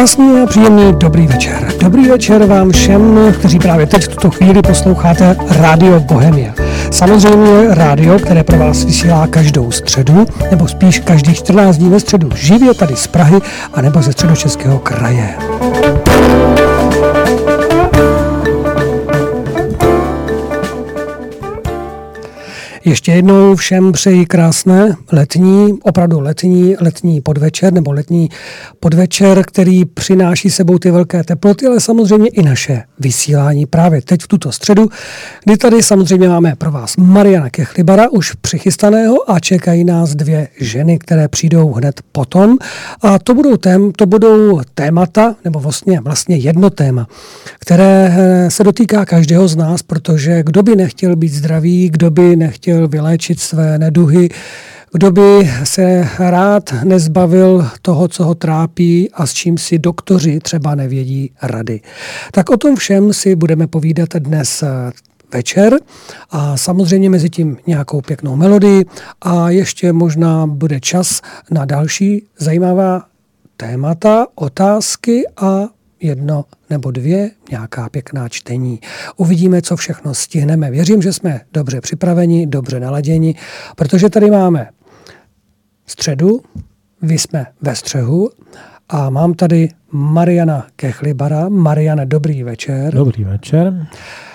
Krásný a příjemný dobrý večer. Dobrý večer vám všem, kteří právě teď v tuto chvíli posloucháte Rádio Bohemia. Samozřejmě rádio, které pro vás vysílá každou středu, nebo spíš každých 14 dní ve středu živě tady z Prahy, anebo ze Středočeského kraje. Ještě jednou všem přeji krásné opravdu letní podvečer, nebo letní podvečer, který přináší sebou ty velké teploty, ale samozřejmě i naše vysílání právě teď v tuto středu, kdy tady samozřejmě máme pro vás Mariana Kechlibara už přichystaného a čekají nás dvě ženy, které přijdou hned potom. A to budou témata, nebo vlastně jedno téma, které se dotýká každého z nás, protože kdo by nechtěl být zdravý, kdo by nechtěl vyléčit své neduhy, kdo by se rád nezbavil toho, co ho trápí a s čím si doktoři třeba nevědí rady. Tak o tom všem si budeme povídat dnes večer a samozřejmě mezi tím nějakou pěknou melodii a ještě možná bude čas na další zajímavá témata, otázky a jedno nebo dvě nějaká pěkná čtení. Uvidíme, co všechno stihneme. Věřím, že jsme dobře připraveni, dobře naladěni, protože tady máme středu, vy jsme ve střehu a mám tady Mariana Kechlibara. Mariane, dobrý večer. Dobrý večer.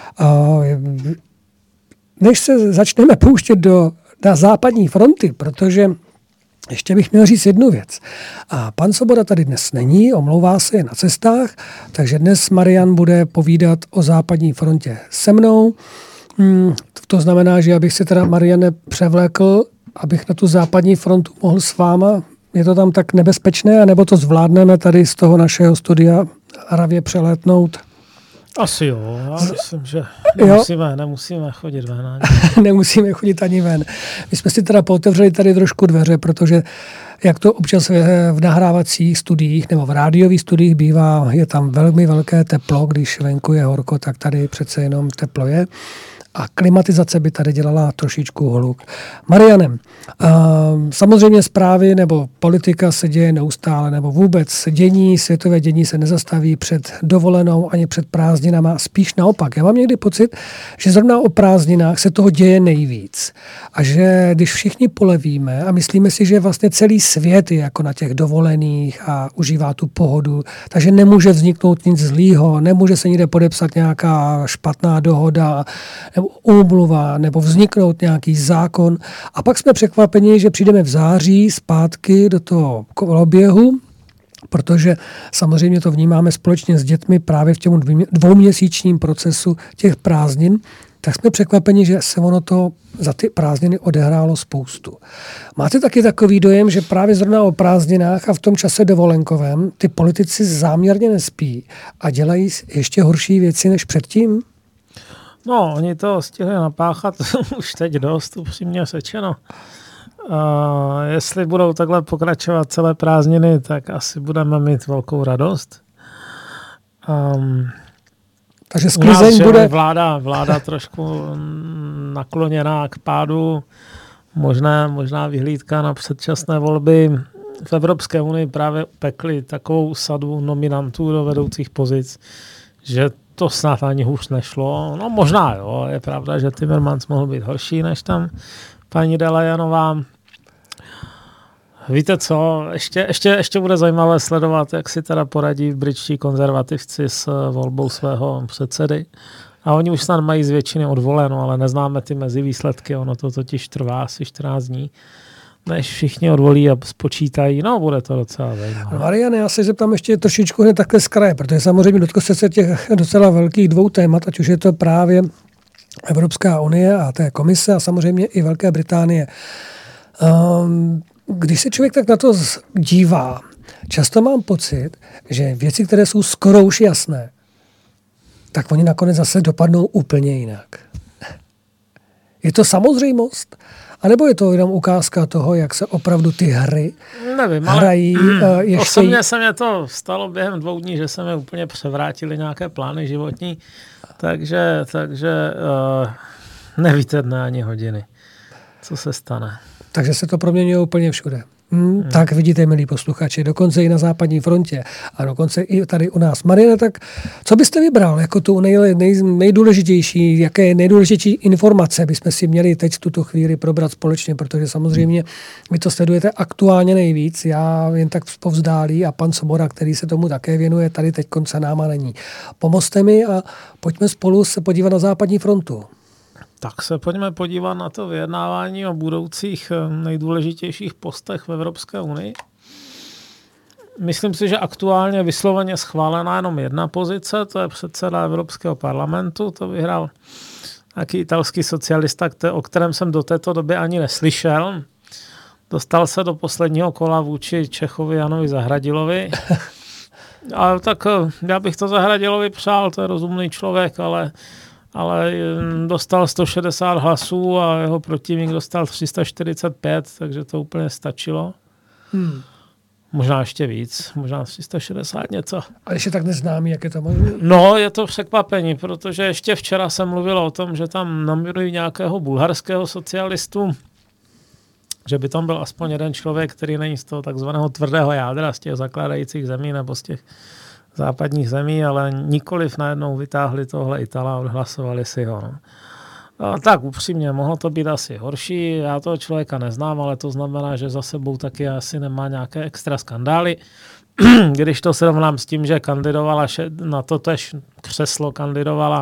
Než se začneme pouštět na západní fronty, protože ještě bych měl říct jednu věc. A pan Svoboda tady dnes není, omlouvá se, je na cestách, takže dnes Marian bude povídat o západní frontě se mnou. To znamená, že abych se teda, Mariane, převlékl, abych na tu západní frontu mohl s váma. Je to tam tak nebezpečné, anebo to zvládneme tady z toho našeho studia hravě přelétnout? Asi jo, já myslím, že nemusíme chodit ven. Nemusíme chodit ani ven. My jsme si teda pootevřeli tady trošku dveře, protože jak to občas v nahrávacích studiích nebo v rádiových studiích bývá, je tam velmi velké teplo, když venku je horko, tak tady přece jenom teplo je. A klimatizace by tady dělala trošičku hluk. Mariane, samozřejmě zprávy nebo politika se děje neustále, nebo vůbec světové dění se nezastaví před dovolenou ani před prázdninama, spíš naopak. Já mám někdy pocit, že zrovna o prázdninách se toho děje nejvíc. A že když všichni polevíme a myslíme si, že vlastně celý svět je jako na těch dovolených a užívá tu pohodu, takže nemůže vzniknout nic zlýho, nemůže se nikde podepsat nějaká špatná dohoda, nebo úmluva, nebo vzniknout nějaký zákon. A pak jsme překvapeni, že přijdeme v září zpátky do toho koloběhu, protože samozřejmě to vnímáme společně s dětmi právě v těm dvouměsíčním procesu těch prázdnin, tak jsme překvapeni, že se ono to za ty prázdniny odehrálo spoustu. Máte taky takový dojem, že právě zrovna o prázdninách a v tom čase dovolenkovém ty politici záměrně nespí a dělají ještě horší věci než předtím? No, oni to stihli napáchat už teď dost, upřímně řečeno. Jestli budou takhle pokračovat celé prázdniny, tak asi budeme mít velkou radost. Takže sklizeň bude... Vláda trošku nakloněná k pádu, možná vyhlídka na předčasné volby. V Evropské unii právě upekli takovou sadu nominantů do vedoucích pozic, že to snad ani hůř nešlo. No možná jo, je pravda, že Timmermans mohl být horší než tam paní Delayanová. Víte co, ještě bude zajímavé sledovat, jak si teda poradí britští konzervativci s volbou svého předsedy. A oni už snad mají z většiny odvoleno, ale neznáme ty mezivýsledky, ono to totiž trvá asi 14 dní, než všichni odvolí a spočítají. No, bude to docela zajímavé. Mariane, já se zeptám ještě trošičku hned takhle z kraje, protože samozřejmě dotkl se těch docela velkých dvou témat, ať už je to právě Evropská unie a té komise a samozřejmě i Velké Británie. Když se člověk tak na to dívá, často mám pocit, že věci, které jsou skoro už jasné, tak oni nakonec zase dopadnou úplně jinak. Je to samozřejmost? A nebo je to jenom ukázka toho, jak se opravdu ty hry hrají? Osobně se mě to stalo během 2 dní, že se mi úplně převrátily nějaké plány životní, takže nevíte dne ani hodiny, co se stane. Takže se to proměňuje úplně všude. Tak vidíte, milí posluchači, dokonce i na západní frontě a dokonce i tady u nás. Mariane, tak co byste vybral jako tu nejdůležitější, jaké nejdůležitější informace bychom si měli teď v tuto chvíli probrat společně, protože samozřejmě vy to sledujete aktuálně nejvíc, já jen tak povzdálí a pan Svoboda, který se tomu také věnuje, tady teď konce náma není. Pomozte mi a pojďme spolu se podívat na západní frontu. Tak se pojďme podívat na to vyjednávání o budoucích nejdůležitějších postech v Evropské unii. Myslím si, že aktuálně vysloveně schválená jenom jedna pozice, to je předseda Evropského parlamentu, to vyhrál nějaký italský socialista, o kterém jsem do této doby ani neslyšel. Dostal se do posledního kola vůči Čechovi Janovi Zahradilovi. A tak já bych to Zahradilovi přál, to je rozumný člověk, ale dostal 160 hlasů a jeho protivník dostal 345, takže to úplně stačilo. Možná ještě víc, možná 360 něco. A ještě tak neznámý, jak je to možné? No, je to překvapení, protože ještě včera jsem mluvil o tom, že tam nominují nějakého bulharského socialistu, že by tam byl aspoň jeden člověk, který není z toho takzvaného tvrdého jádra, z těch zakládajících zemí nebo z těch západních zemí, ale nikoliv najednou vytáhli tohle Itala a odhlasovali si ho. No. A tak upřímně, mohlo to být asi horší, já toho člověka neznám, ale to znamená, že za sebou taky asi nemá nějaké extra skandály. Když to srovnám s tím, že kandidovala na to tež křeslo, kandidovala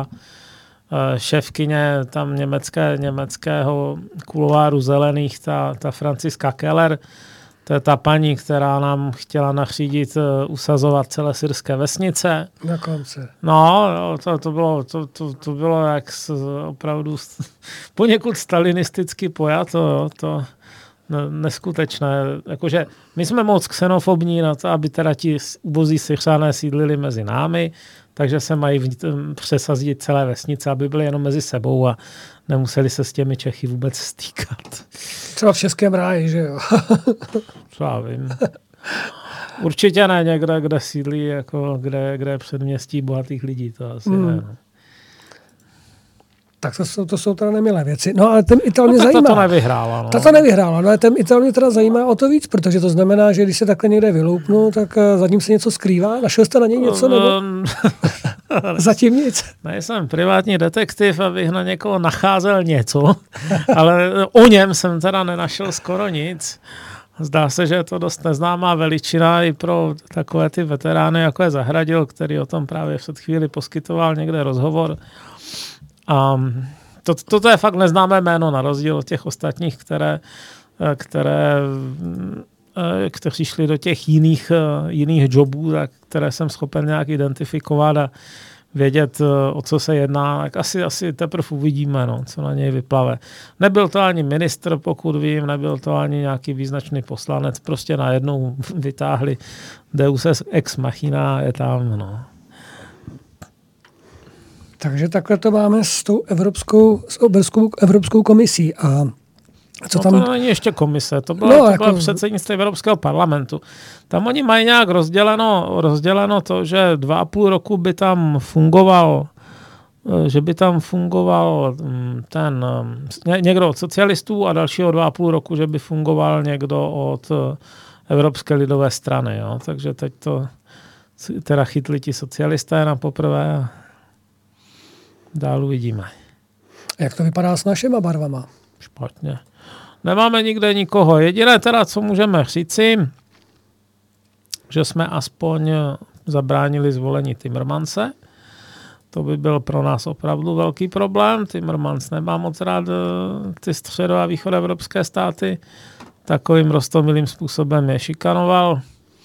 šéfkyně tam německého kuloáru zelených, ta Franciska Keller, to je ta paní, která nám chtěla nařídit usazovat celé syrské vesnice. Na konce. No, to bylo jak opravdu poněkud stalinisticky pojato, to neskutečné. Jakože my jsme moc xenofobní na to, aby teda ti ubozí Syřané sídlili mezi námi, takže se mají přesazit celé vesnice, aby byly jenom mezi sebou a nemuseli se s těmi Čechy vůbec stýkat. Třeba v Českém ráji, že jo? Co já vím. Určitě ne někde, kde sídlí, jako kde je předměstí bohatých lidí, to asi ne. No. Tak to jsou teda nemilé věci. No ale ten Ital mě zajímá. To nevyhrála. No. To nevyhrála, no ale ten Ital mě teda zajímá o to víc, protože to znamená, že když se takhle někde vyloupnu, tak za ním se něco skrývá. Našel jste na něj něco nebo? Zatím nic. Nejsem privátní detektiv, abych na někoho nacházel něco, ale o něm jsem teda nenašel skoro nic. Zdá se, že je to dost neznámá veličina i pro takové ty veterány, jako je Zahradil, který o tom právě před chvíli poskytoval někde rozhovor. A toto je fakt neznámé jméno, na rozdíl od těch ostatních, kteří šli do těch jiných jobů, které jsem schopen nějak identifikovat a vědět, o co se jedná, tak asi teprve uvidíme, no, co na něj vyplave. Nebyl to ani ministr, pokud vím, nebyl to ani nějaký význačný poslanec, prostě najednou vytáhli Deus ex machina, je tam, no. Takže takhle to máme s tou Evropskou komisí. A co tam... To není ještě komise, to bylo předsednictví Evropského parlamentu. Tam oni mají nějak rozděleno to, že 2,5 roku by tam fungoval ten někdo od socialistů a dalšího 2,5 roku, že by fungoval někdo od Evropské lidové strany. Jo? Takže teď to teda chytli ti socialisté na poprvé a dál uvidíme. Jak to vypadá s našima barvama? Špatně. Nemáme nikde nikoho. Jediné teda, co můžeme říci, že jsme aspoň zabránili zvolení Timmermanse. To by byl pro nás opravdu velký problém. Timmermans nemá moc rád ty středo- a východoevropské státy. Takovým roztomilým způsobem je šikanoval.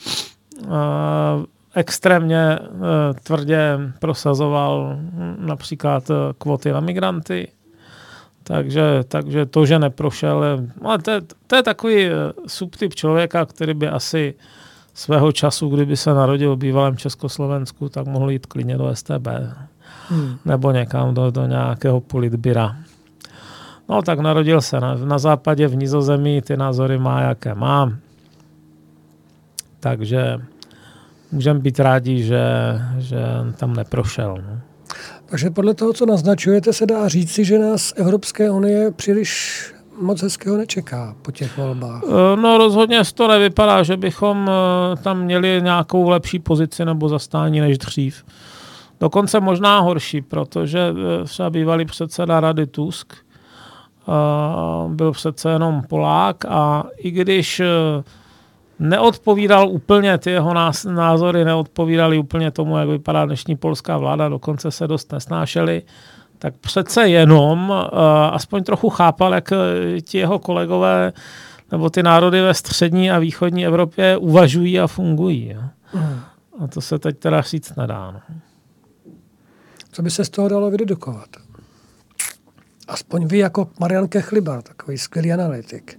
Extrémně tvrdě prosazoval například kvóty na migranty. Takže to, že neprošel, ale to je takový subtyp člověka, který by asi svého času, kdyby se narodil v bývalém Československu, tak mohl jít klidně do StB. Nebo někam do nějakého politbyra. No tak narodil se na západě v Nizozemí, ty názory má, jaké má. Takže můžeme být rádi, že tam neprošel. No. Takže podle toho, co naznačujete, se dá říci, že nás Evropské unie příliš moc hezkého nečeká po těch volbách. No rozhodně to nevypadá, že bychom tam měli nějakou lepší pozici nebo zastání než dřív. Dokonce možná horší, protože třeba bývalý předseda Rady Tusk byl přece jenom Polák a i když neodpovídal úplně, ty jeho názory neodpovídaly úplně tomu, jak vypadá dnešní polská vláda, dokonce se dost nesnášeli, tak přece jenom aspoň trochu chápal, jak ti jeho kolegové nebo ty národy ve střední a východní Evropě uvažují a fungují. A to se teď teda říct nedá. No. Co by se z toho dalo vydedukovat? Aspoň vy jako Marian Kechlibar, takový skvělý analytik.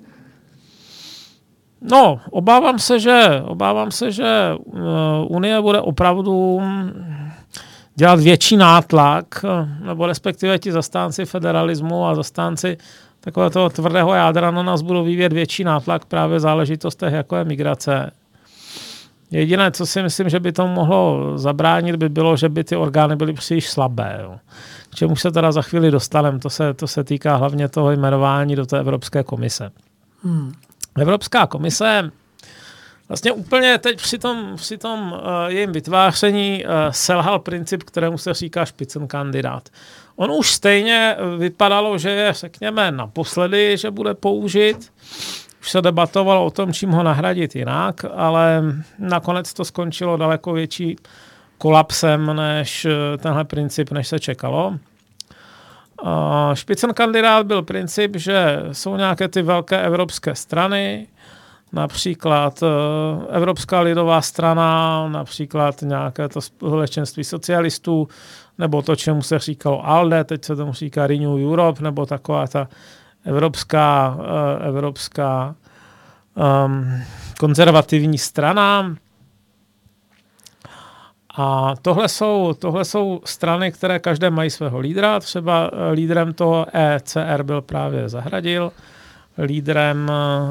No, obávám se, že Unie bude opravdu dělat větší nátlak, nebo respektive ti zastánci federalismu a zastánci takového toho tvrdého jádra na nás budou vyvíjet větší nátlak právě v záležitostech, jako je migrace. Jediné, co si myslím, že by to mohlo zabránit, by bylo, že by ty orgány byly příliš slabé. Jo. K čemu se teda za chvíli dostaneme, to se týká hlavně toho jmenování do té Evropské komise. Evropská komise vlastně úplně teď při tom jejím vytváření selhal princip, kterému se říká Spitzenkandidát. On už stejně vypadalo, že je, řekněme, naposledy, že bude použit. Už se debatovalo o tom, čím ho nahradit jinak, ale nakonec to skončilo daleko větší kolapsem než tenhle princip, než se čekalo. Spitzenkandidát byl princip, že jsou nějaké ty velké evropské strany, například Evropská lidová strana, například nějaké to společenství socialistů, nebo to, čemu se říkalo ALDE, teď se tomu říká Renew Europe, nebo taková ta evropská konzervativní strana. A tohle jsou strany, které každé mají svého lídra. Třeba lídrem toho ECR byl právě Zahradil, lídrem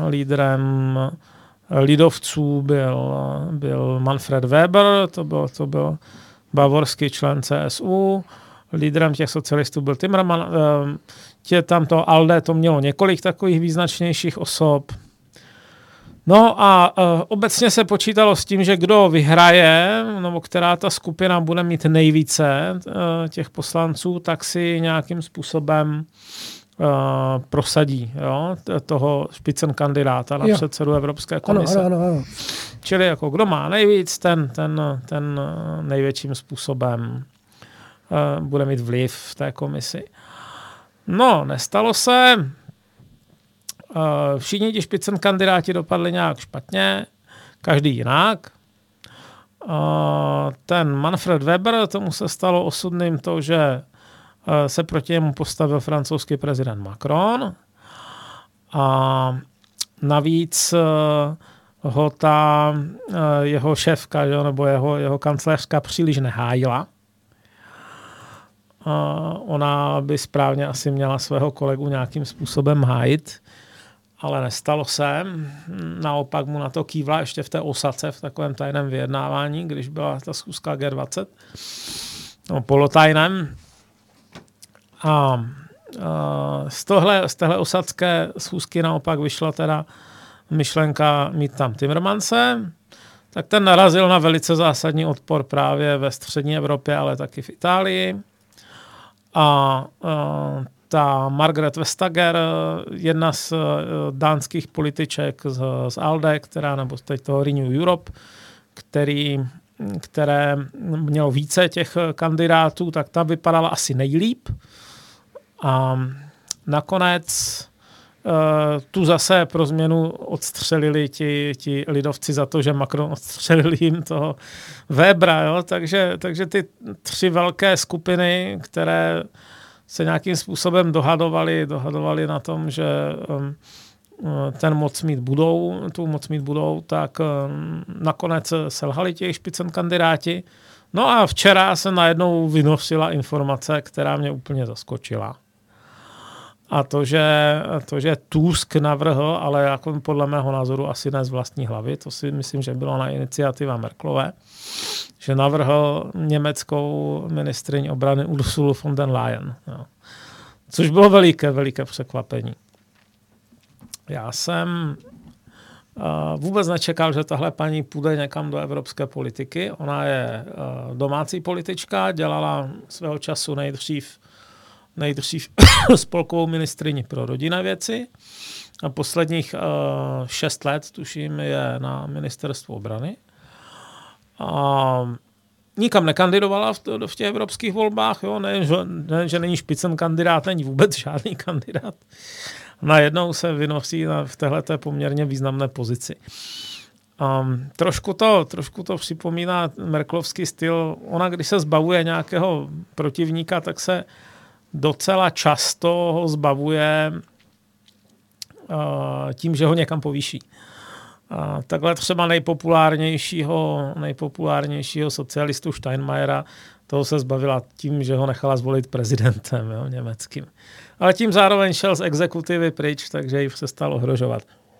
lidovců byl Manfred Weber, to byl bavorský člen CSU, lídrem těch socialistů byl Timmerman. Tamto ALDE to mělo několik takových význačnějších osob. No a obecně se počítalo s tím, že kdo vyhraje, nebo která ta skupina bude mít nejvíce těch poslanců, tak si nějakým způsobem prosadí toho Spitzenkandidáta na předsedu Evropské komise. Ano. Čili jako kdo má nejvíc, ten největším způsobem bude mít vliv v té komisi. No, nestalo se. Všichni ti Spitzenkandidáti dopadli nějak špatně, každý jinak. Ten Manfred Weber, tomu se stalo osudným to, že se proti němu postavil francouzský prezident Macron. A navíc ho ta jeho šéfka, nebo jeho kancléřka příliš nehájila. Ona by správně asi měla svého kolegu nějakým způsobem hájit, ale nestalo se. Naopak mu na to kývla ještě v té Osace, v takovém tajném vyjednávání, když byla ta schůzka G20, no, polotajném. A z téhle osadské schůzky naopak vyšla teda myšlenka mít tam Timmermanse, tak ten narazil na velice zásadní odpor právě ve střední Evropě, ale taky v Itálii. A ta Margrethe Vestager, jedna z dánských političek z ALDE, nebo teď toho Renew Europe, které mělo více těch kandidátů, tak ta vypadala asi nejlíp. A nakonec tu zase pro změnu odstřelili ti lidovci za to, že Macron odstřelil jim toho Webera. Jo? Takže ty tři velké skupiny, které se nějakým způsobem dohadovali na tom, že tu moc mít budou, tak nakonec selhali těch Spitzenkandidáti. No a včera se najednou vynosila informace, která mě úplně zaskočila. A to, že Tusk navrhl, ale jako podle mého názoru asi ne z vlastní hlavy, to si myslím, že bylo na iniciativa Merkelové, že navrhl německou ministryni obrany Ursulu von der Leyen. Jo. Což bylo veliké překvapení. Já jsem vůbec nečekal, že tahle paní půjde někam do evropské politiky. Ona je domácí politička, dělala svého času nejdřív spolkovou ministryni pro rodinné věci a posledních 6 let, tuším, je na ministerstvu obrany. Nikam nekandidovala v těch evropských volbách, jo? Ne, že není špicen kandidát, není vůbec žádný kandidát. Najednou se vynosí v téhleté poměrně významné pozici. Trošku to připomíná merkelovský styl. Ona, když se zbavuje nějakého protivníka, tak se docela často ho zbavuje tím, že ho někam povýší. Takhle třeba nejpopulárnějšího socialistu Steinmeiera, toho se zbavila tím, že ho nechala zvolit prezidentem, jo, německým. Ale tím zároveň šel z exekutivy pryč, takže ji přestal ohrožovat.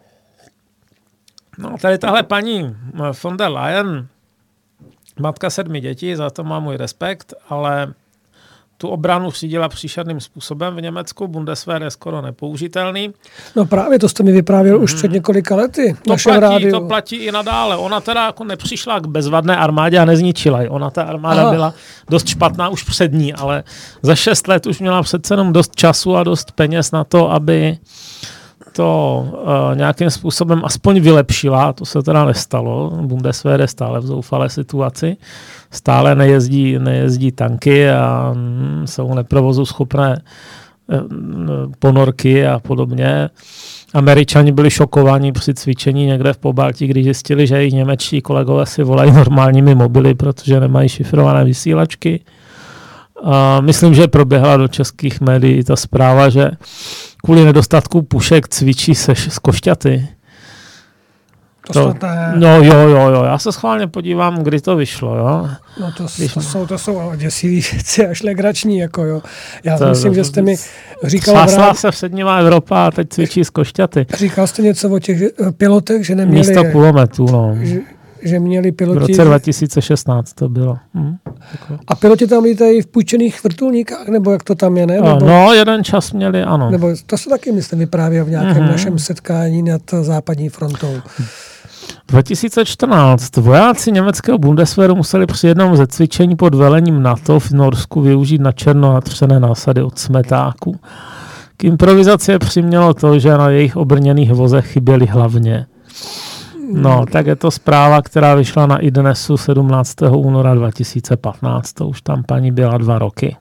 No, tady tahle paní von der Leyen, matka 7 dětí, za to má můj respekt, ale tu obranu řídila příšerným způsobem v Německu. Bundeswehr je skoro nepoužitelný. No právě, to jste mi vyprávěl už před několika lety. To platí i nadále. Ona teda jako nepřišla k bezvadné armádě a nezničila ji. Ona, ta armáda byla dost špatná už před ní, ale za 6 let už měla přece jenom dost času a dost peněz na to, aby to nějakým způsobem aspoň vylepšila. To se teda nestalo. Bundeswehr je stále v zoufalé situaci. Stále nejezdí tanky a jsou neprovozu schopné ponorky a podobně. Američani byli šokovaní při cvičení někde v Pobaltí, když zjistili, že jejich němečtí kolegové si volají normálními mobily, protože nemají šifrované vysílačky. Myslím, že proběhla do českých médií ta zpráva, že kvůli nedostatku pušek cvičí se z Košťaty. Jo. Já se schválně podívám, kdy to vyšlo, jo. No to jsou děsivý věci, až legrační, jako jo. Já myslím, že jste mi říkal... Spásla se vsednivá Evropa a teď cvičí z Košťaty. Říkal jste něco o těch pilotech, že neměli... Místo kulometů, no. Že měli piloti... V roce 2016 to bylo. A piloti tam lítají v půjčených vrtulníkách, nebo jak to tam je, ne? Nebo... No, jeden čas měli, ano. Nebo to se taky, myslím, vyprávěl v nějakém našem setkání nad západní frontou. 2014 vojáci německého Bundeswehru museli při jednom ze cvičení pod velením NATO v Norsku využít na černo natřené násady od smetáků. K improvizaci je přimělo to, že na jejich obrněných vozech chyběly hlavně. No, tak je to zpráva, která vyšla na iDnesu 17. února 2015. To už tam paní byla 2 roky.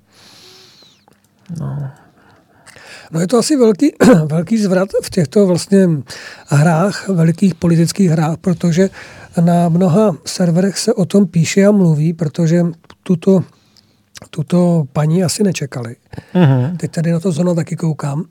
No je to asi velký zvrat v těchto vlastně hrách, velikých politických hrách, protože na mnoha serverech se o tom píše a mluví, protože tuto paní asi nečekali. Teď tady na to zóna taky koukám.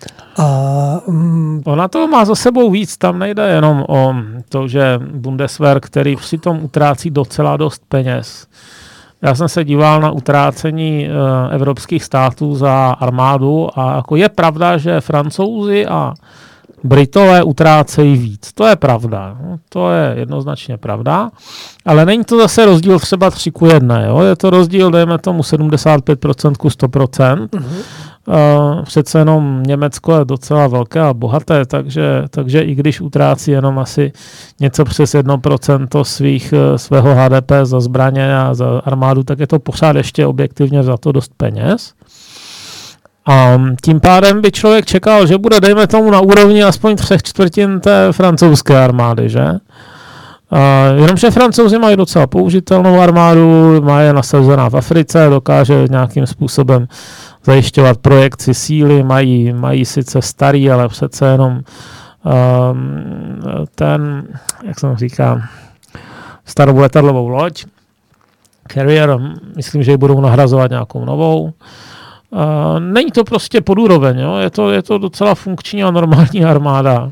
Ona to má za sebou víc, tam nejde jenom o to, že Bundeswehr, který přitom utrácí docela dost peněz. Já jsem se díval na utrácení evropských států za armádu a jako je pravda, že Francouzi a Britové utrácejí víc. To je pravda. To je jednoznačně pravda. Ale není to zase rozdíl třeba 3:1. Jo? Je to rozdíl, dejme tomu 75% ku 100%. Přece jenom Německo je docela velké a bohaté, takže i když utrácí jenom asi něco přes 1% svého HDP za zbraně a za armádu, tak je to pořád ještě objektivně za to dost peněz. A tím pádem by člověk čekal, že bude, dejme tomu, na úrovni aspoň 3/4 té francouzské armády, že? Jenomže Francouzi mají docela použitelnou armádu, má je nasazená v Africe, dokáže nějakým způsobem zajišťovat projekci síly, mají sice starý, ale přece jenom jak jsem říká, starou letadlovou loď, Carrier, myslím, že ji budou nahrazovat nějakou novou. Není to prostě pod úroveň, jo? Je to docela funkční a normální armáda.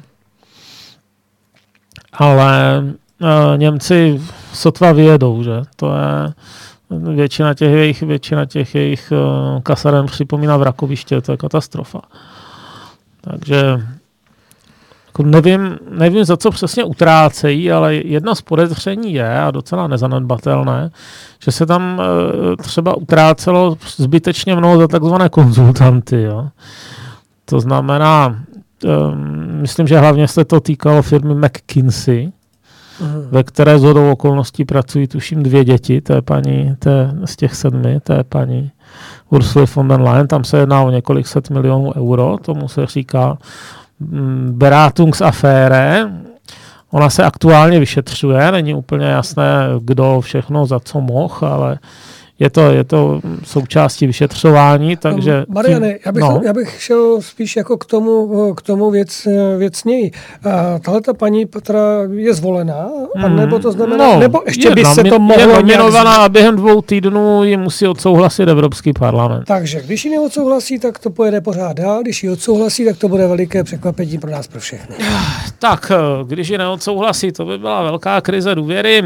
Ale Němci sotva vyjedou, že? To je většina těch jejich kasaren připomíná vrakoviště, to je katastrofa. Takže jako nevím, za co přesně utrácejí, ale jedno z podezření je, a docela nezanedbatelné, že se tam třeba utrácelo zbytečně mnoho za takzvané konzultanty. Jo. To znamená, myslím, že hlavně se to týkalo firmy McKinsey, ve které shodou okolností pracují tuším 2 děti, z těch 7, to je paní Ursula von der Leyen, tam se jedná o několik set milionů euro, tomu se říká Beratungsaffäre. Ona se aktuálně vyšetřuje, není úplně jasné, kdo všechno za co mohl, ale je to součástí vyšetřování, takže... Mariane, já bych šel spíš jako k tomu věcněji. Tahle ta paní Petra je zvolená, nebo to znamená, nebo ještě by se to mohlo... Je nominovaná a během 2 týdnů ji musí odsouhlasit Evropský parlament. Takže když ji neodsouhlasí, tak to pojede pořád dál, když ji odsouhlasí, tak to bude veliké překvapení pro nás, pro všechny. Tak, když ji neodsouhlasí, to by byla velká krize důvěry.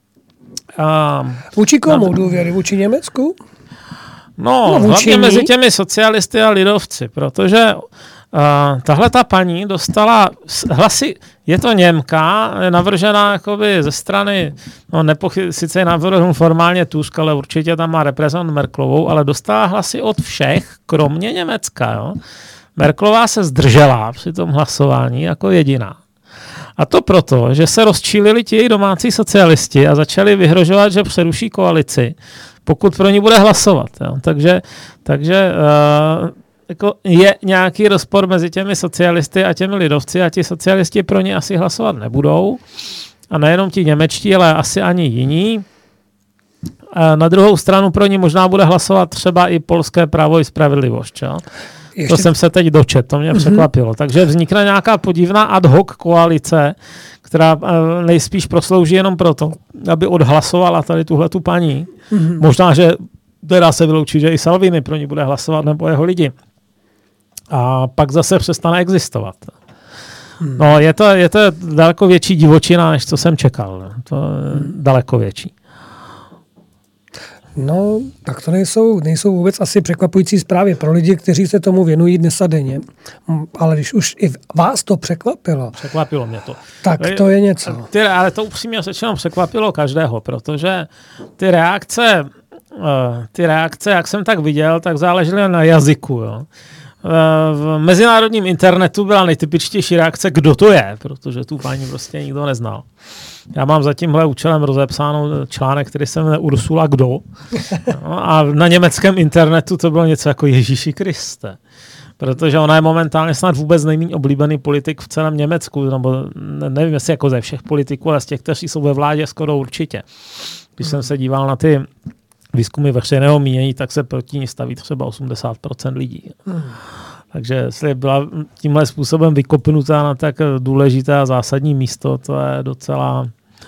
Vůči komu důvěry? Vůči Německu? No hlavně mezi těmi socialisty a lidovci, protože tahle ta paní dostala hlasy, je to Němka, je navržená jakoby ze strany, sice je navrženou formálně Tusk, ale určitě tam má reprezent Merkelovou, ale dostala hlasy od všech, kromě Německa. Jo? Merkelová se zdržela při tom hlasování jako jediná. A to proto, že se rozčílili ti její domácí socialisti a začali vyhrožovat, že přeruší koalici, pokud pro ní bude hlasovat. Jo. Takže jako je nějaký rozpor mezi těmi socialisty a těmi lidovci a ti socialisti pro ní asi hlasovat nebudou. A nejenom ti němečtí, ale asi ani jiní. A na druhou stranu pro ní možná bude hlasovat třeba i polské Právo i spravedlivost. Jo. To jsem se teď dočet, to mě překvapilo. Takže vznikne nějaká podivná ad hoc koalice, která nejspíš proslouží jenom proto, aby odhlasovala tady tuhletu paní. Možná, že dá se vyloučit, že i Salvini pro ní bude hlasovat, nebo jeho lidi. A pak zase přestane existovat. No, je to daleko větší divočina, než co jsem čekal. To je daleko větší. No, tak to nejsou vůbec asi překvapující zprávy pro lidi, kteří se tomu věnují dnes a denně. Ale když už i vás to překvapilo. Překvapilo mě to. Tak to je něco. Ale to upřímně řečeno překvapilo každého, protože ty reakce, jak jsem tak viděl, tak záležely na jazyku. Jo. V mezinárodním internetu byla nejtypičtější reakce, kdo to je, protože tu paní prostě nikdo neznal. Já mám za tímhle účelem rozepsánou článek, který se jmenuje Ursula kdo. No, a na německém internetu to bylo něco jako Ježíši Kriste. Protože ona je momentálně snad vůbec nejméně oblíbený politik v celém Německu, nebo nevím, jestli jako ze všech politiků, ale z těch, kteří jsou ve vládě, skoro určitě. Když jsem se díval na ty výzkumy veřejného mínění, tak se proti ní staví třeba 80% lidí. Takže jestli byla tímhle způsobem vykopnutá na tak důležité a zásadní místo, to je docela...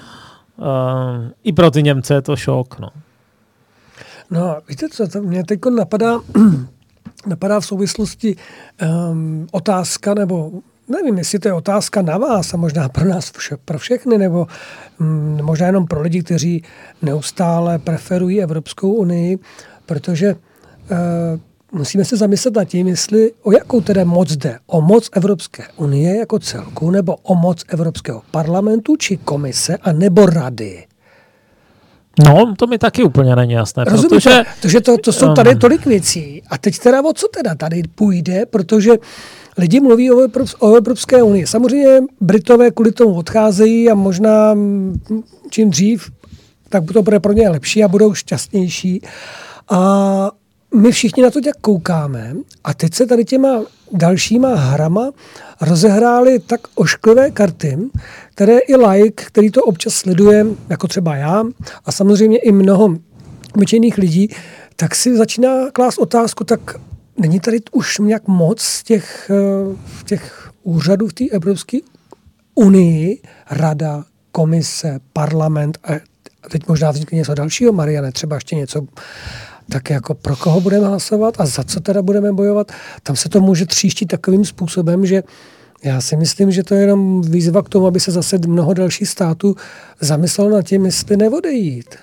I pro ty Němce je to šok. No, víte co, to mě teď napadá v souvislosti otázka, nebo nevím, jestli to je otázka na vás a možná pro nás, pro všechny, nebo možná jenom pro lidi, kteří neustále preferují Evropskou unii, protože musíme se zamyslet nad tím, jestli o jakou tedy moc jde. O moc Evropské unie jako celku, nebo o moc Evropského parlamentu, či komise, a nebo rady. No, to mi taky úplně není jasné. Protože to jsou tady tolik věcí. A teď teda o co teda tady půjde, protože lidi mluví o Evropské unii. Samozřejmě Britové kvůli tomu odcházejí a možná čím dřív, tak to bude pro ně lepší a budou šťastnější. A my všichni na to tak koukáme a teď se tady těma dalšíma hrama rozehrály tak ošklivé karty, které i like, který to občas sleduje, jako třeba já a samozřejmě i mnoho obyčejných lidí, tak si začíná klást otázku, tak není tady už nějak moc těch úřadů v té Evropské unii, rada, komise, parlament a teď možná vznikne něco dalšího, Mariane, třeba ještě něco tak jako pro koho budeme hlasovat a za co teda budeme bojovat. Tam se to může tříštit takovým způsobem, že já si myslím, že to je jenom výzva k tomu, aby se zase mnoho dalších států zamyslelo nad tím, jestli neodejít.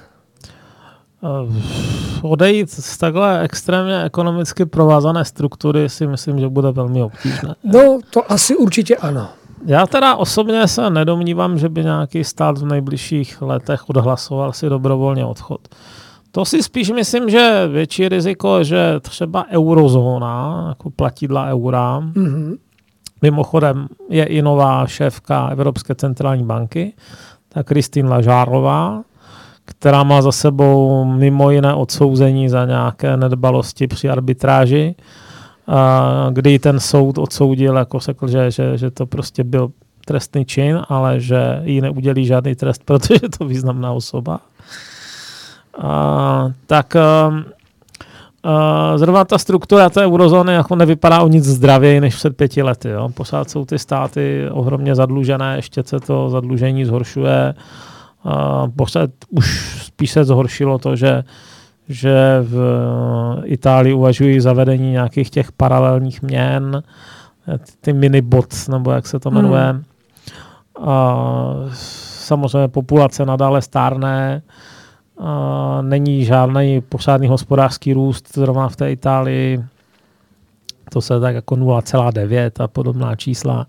Odejít z takhle extrémně ekonomicky provázané struktury si myslím, že bude velmi obtížné. No, to asi určitě ano. Já teda osobně se nedomnívám, že by nějaký stát v nejbližších letech odhlasoval si dobrovolně odchod. To si spíš myslím, že větší riziko, že třeba eurozóna, jako platidla eura, Mimochodem je i nová šéfka Evropské centrální banky, ta Christine Lagardeová, která má za sebou mimo jiné odsouzení za nějaké nedbalosti při arbitráži, kdy ten soud odsoudil, jako řekl, že to prostě byl trestný čin, ale že jí neudělí žádný trest, protože je to významná osoba. Zrovna ta struktura té eurozóny jako nevypadá o nic zdravěji než před 5 lety. Jo. Pořád jsou ty státy ohromně zadlužené, ještě se to zadlužení zhoršuje. Pořád už spíš se zhoršilo to, že v Itálii uvažují zavedení nějakých těch paralelních měn, ty mini-bots, nebo jak se to jmenuje. Samozřejmě populace nadále stárne, není žádný pořádný hospodářský růst zrovna v té Itálii. To se tak jako 0,9 a podobná čísla.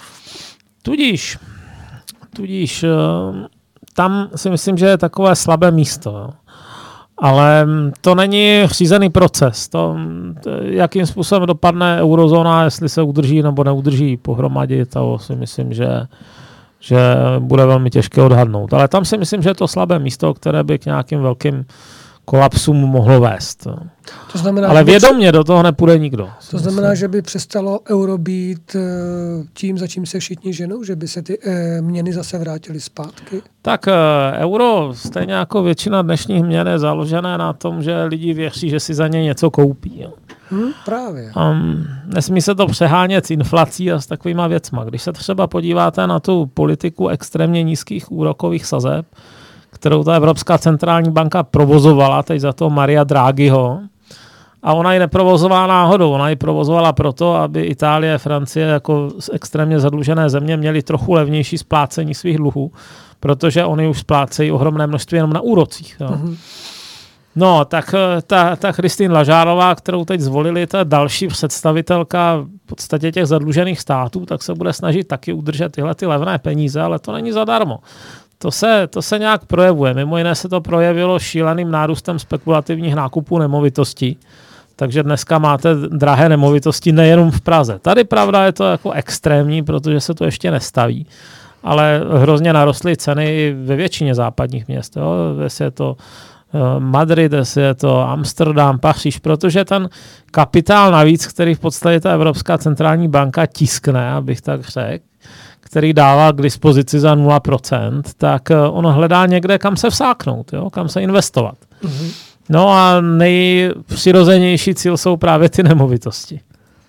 Tudíž tam si myslím, že je takové slabé místo. Ale to není řízený proces. Jakým způsobem dopadne eurozóna, jestli se udrží nebo neudrží pohromadě, to si myslím, že bude velmi těžké odhadnout. Ale tam si myslím, že je to slabé místo, které by k nějakým velkým kolapsům mohlo vést. To znamená, ale vědomě do toho nepůjde nikdo. To znamená, že by přestalo euro být tím, za čím se všichni ženou, že by se ty měny zase vrátily zpátky? Tak euro, stejně jako většina dnešních měn, je založené na tom, že lidi věří, že si za ně něco koupí. Jo. Právě. Nesmí se to přehánět s inflací a s takovýma věcma. Když se třeba podíváte na tu politiku extrémně nízkých úrokových sazeb, kterou ta Evropská centrální banka provozovala, teď za to Maria Draghiho, a ona ji neprovozovala náhodou, ona ji provozovala proto, aby Itálie, Francie jako extrémně zadlužené země měly trochu levnější splácení svých dluhů, protože oni už splácejí ohromné množství jenom na úrocích. Jo. No, tak ta Christine Lagardeová, kterou teď zvolili, ta další představitelka v podstatě těch zadlužených států, tak se bude snažit taky udržet tyhle ty levné peníze, ale to není zadarmo. To se nějak projevuje. Mimo jiné se to projevilo šíleným nárůstem spekulativních nákupů nemovitostí. Takže dneska máte drahé nemovitosti nejenom v Praze. Tady pravda je to jako extrémní, protože se to ještě nestaví. Ale hrozně narostly ceny ve většině západních měst. Jo. Jestli je to Madrid, jestli je to Amsterdam, Paříž, protože ten kapitál navíc, který v podstatě ta Evropská centrální banka tiskne, abych tak řekl, který dává k dispozici za 0%, tak on hledá někde, kam se vsáknout, jo? Kam se investovat. No a nejpřirozenější cíl jsou právě ty nemovitosti.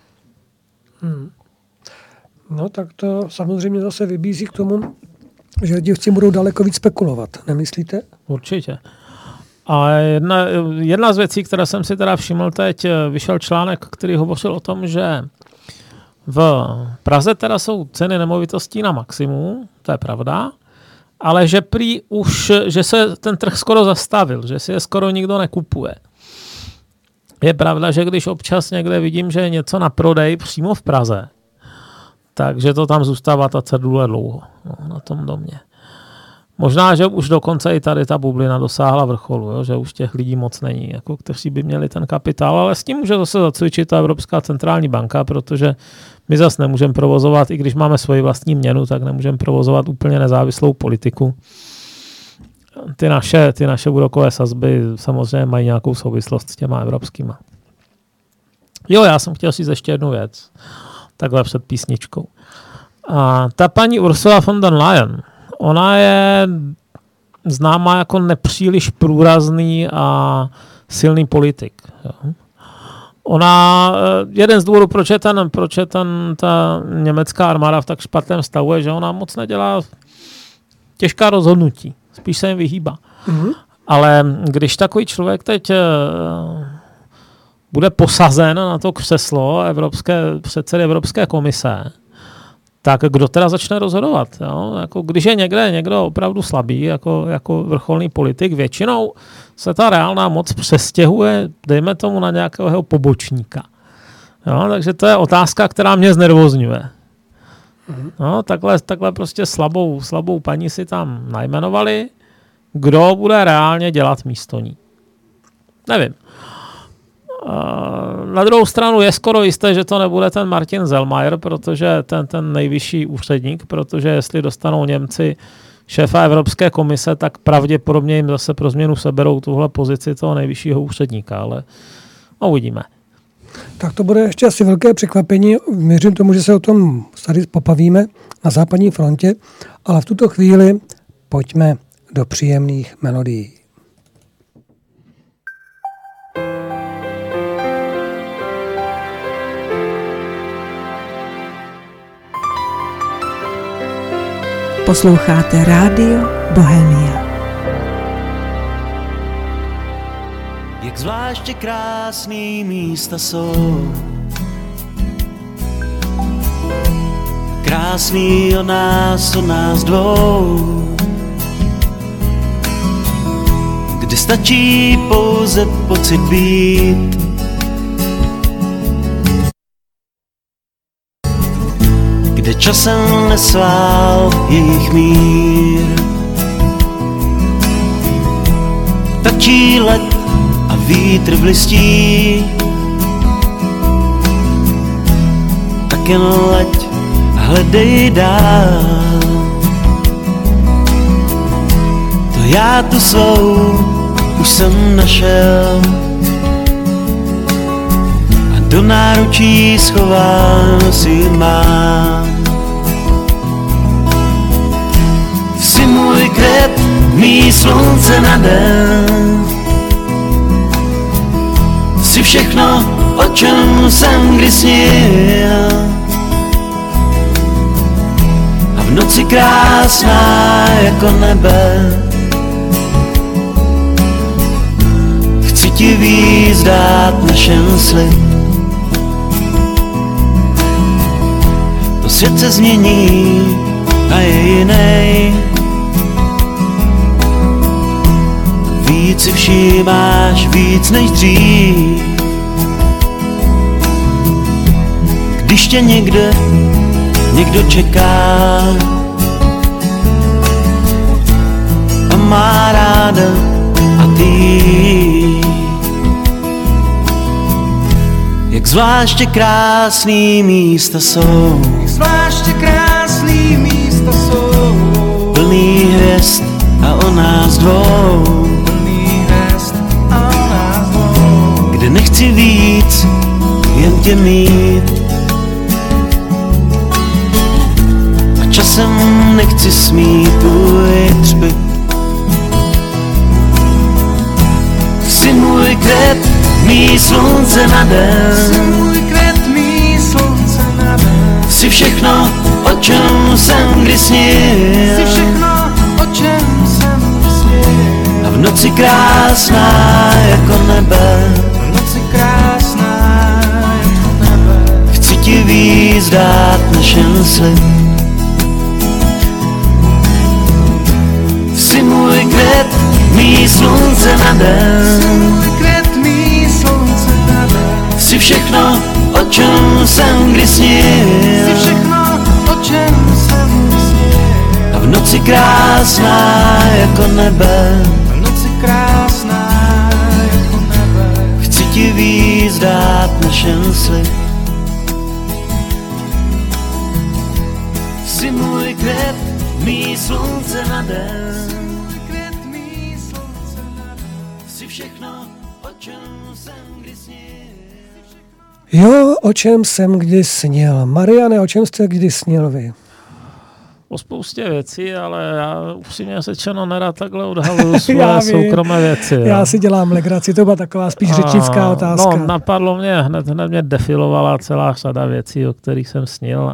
No tak to samozřejmě zase vybízí k tomu, že lidi budou daleko víc spekulovat, nemyslíte? Určitě. A jedna z věcí, které jsem si teda všiml teď, vyšel článek, který hovořil o tom, že v Praze teda jsou ceny nemovitostí na maximum, to je pravda, ale že prý už, že se ten trh skoro zastavil, že si je skoro nikdo nekupuje. Je pravda, že když občas někde vidím, že je něco na prodej přímo v Praze, takže to tam zůstává ta cedule dlouho na tom domě. Možná, že už dokonce i tady ta bublina dosáhla vrcholu, jo? Že už těch lidí moc není, jako kteří by měli ten kapitál, ale s tím může zase zacvičit ta Evropská centrální banka, protože my zase nemůžeme provozovat, i když máme svoji vlastní měnu, tak nemůžeme provozovat úplně nezávislou politiku. Ty naše úrokové sazby samozřejmě mají nějakou souvislost s těma evropskýma. Jo, já jsem chtěl říct ještě jednu věc, takhle před písničkou. A ta paní Ursula von der Leyen, ona je známá jako nepříliš průrazný a silný politik. Jo. Jeden z důvodů, proč je ta německá armáda v tak špatném stavu, je, že ona moc nedělá těžká rozhodnutí. Spíš se jim vyhýbá. Ale když takový člověk teď bude posazen na to křeslo předsedy Evropské komise, tak kdo teda začne rozhodovat? Jo? Jako, když je někdo opravdu slabý, jako vrcholný politik, většinou se ta reálná moc přestěhuje, dejme tomu, na nějakého pobočníka. Jo? Takže to je otázka, která mě znervozňuje. No, takhle prostě slabou paní si tam najmenovali. Kdo bude reálně dělat místo ní? Nevím. Na druhou stranu je skoro jisté, že to nebude ten Martin Selmayr, protože ten nejvyšší úředník, protože jestli dostanou Němci šéfa Evropské komise, tak pravděpodobně jim zase pro změnu seberou tuhle pozici toho nejvyššího úředníka, ale uvidíme. Tak to bude ještě asi velké překvapení. Věřím tomu, že se o tom tady popavíme na západní frontě, ale v tuto chvíli pojďme do příjemných melodií. Posloucháte Rádio Bohemia. Jak zvláště krásný místa jsou, krásný o nás dvou, kde stačí pouze pocit být. Kde časem nesvál jejich mír. Tačí let a vítr v listí, tak jen leď a hledej dál. To já tu svou už jsem našel a do náručí schovám si mám. Jsi můj květ, mý slunce na den, jsi všechno, o čem jsem kdy snil. A v noci krásná jako nebe chci ti víc dát našem slib. To svět se změní a je jinej, víc si všímáš, víc než dřív. Když tě někdo čeká a má ráda a ty. Jak zvláště krásný místa jsou, jak zvláště krásný místa jsou, plný hvězd a o nás dvou, kde nechci víc, jen tě mít. A časem nechci smít tvůj hřbit. Jsi můj květ, mý slunce na den, jsi můj květ, mý slunce na den, jsi všechno, o čem jsem kdy snil, jsi všechno, o čem jsem kdy snil. A v noci krásná jako nebe, krásná jako nebe, chci ti víc dát našem slib. Jsi můj květ, mý slunce na den, jsi můj květ, mý slunce na den, jsi všechno, o čem jsem kdy snil, jsi všechno, o čem jsem kdy snil. A v noci krásná jako nebe, v noci krásná jako nebe, chci ti víc dát našem slib. Jsi můj květ, mý slunce na den, můj květ, mý slunce na den, jsi všechno, o čem jsem kdy snil. Jo, o čem jsem kdy snil. Mariane, o čem jste kdy snil vy? O spoustě věcí, ale já upřímně řečeno nerad takhle odhaluju své soukromé věci. Já si dělám legraci, to byla taková spíš řečnická otázka. No, napadlo mě, hned mě defilovala celá řada věcí, o kterých jsem snil,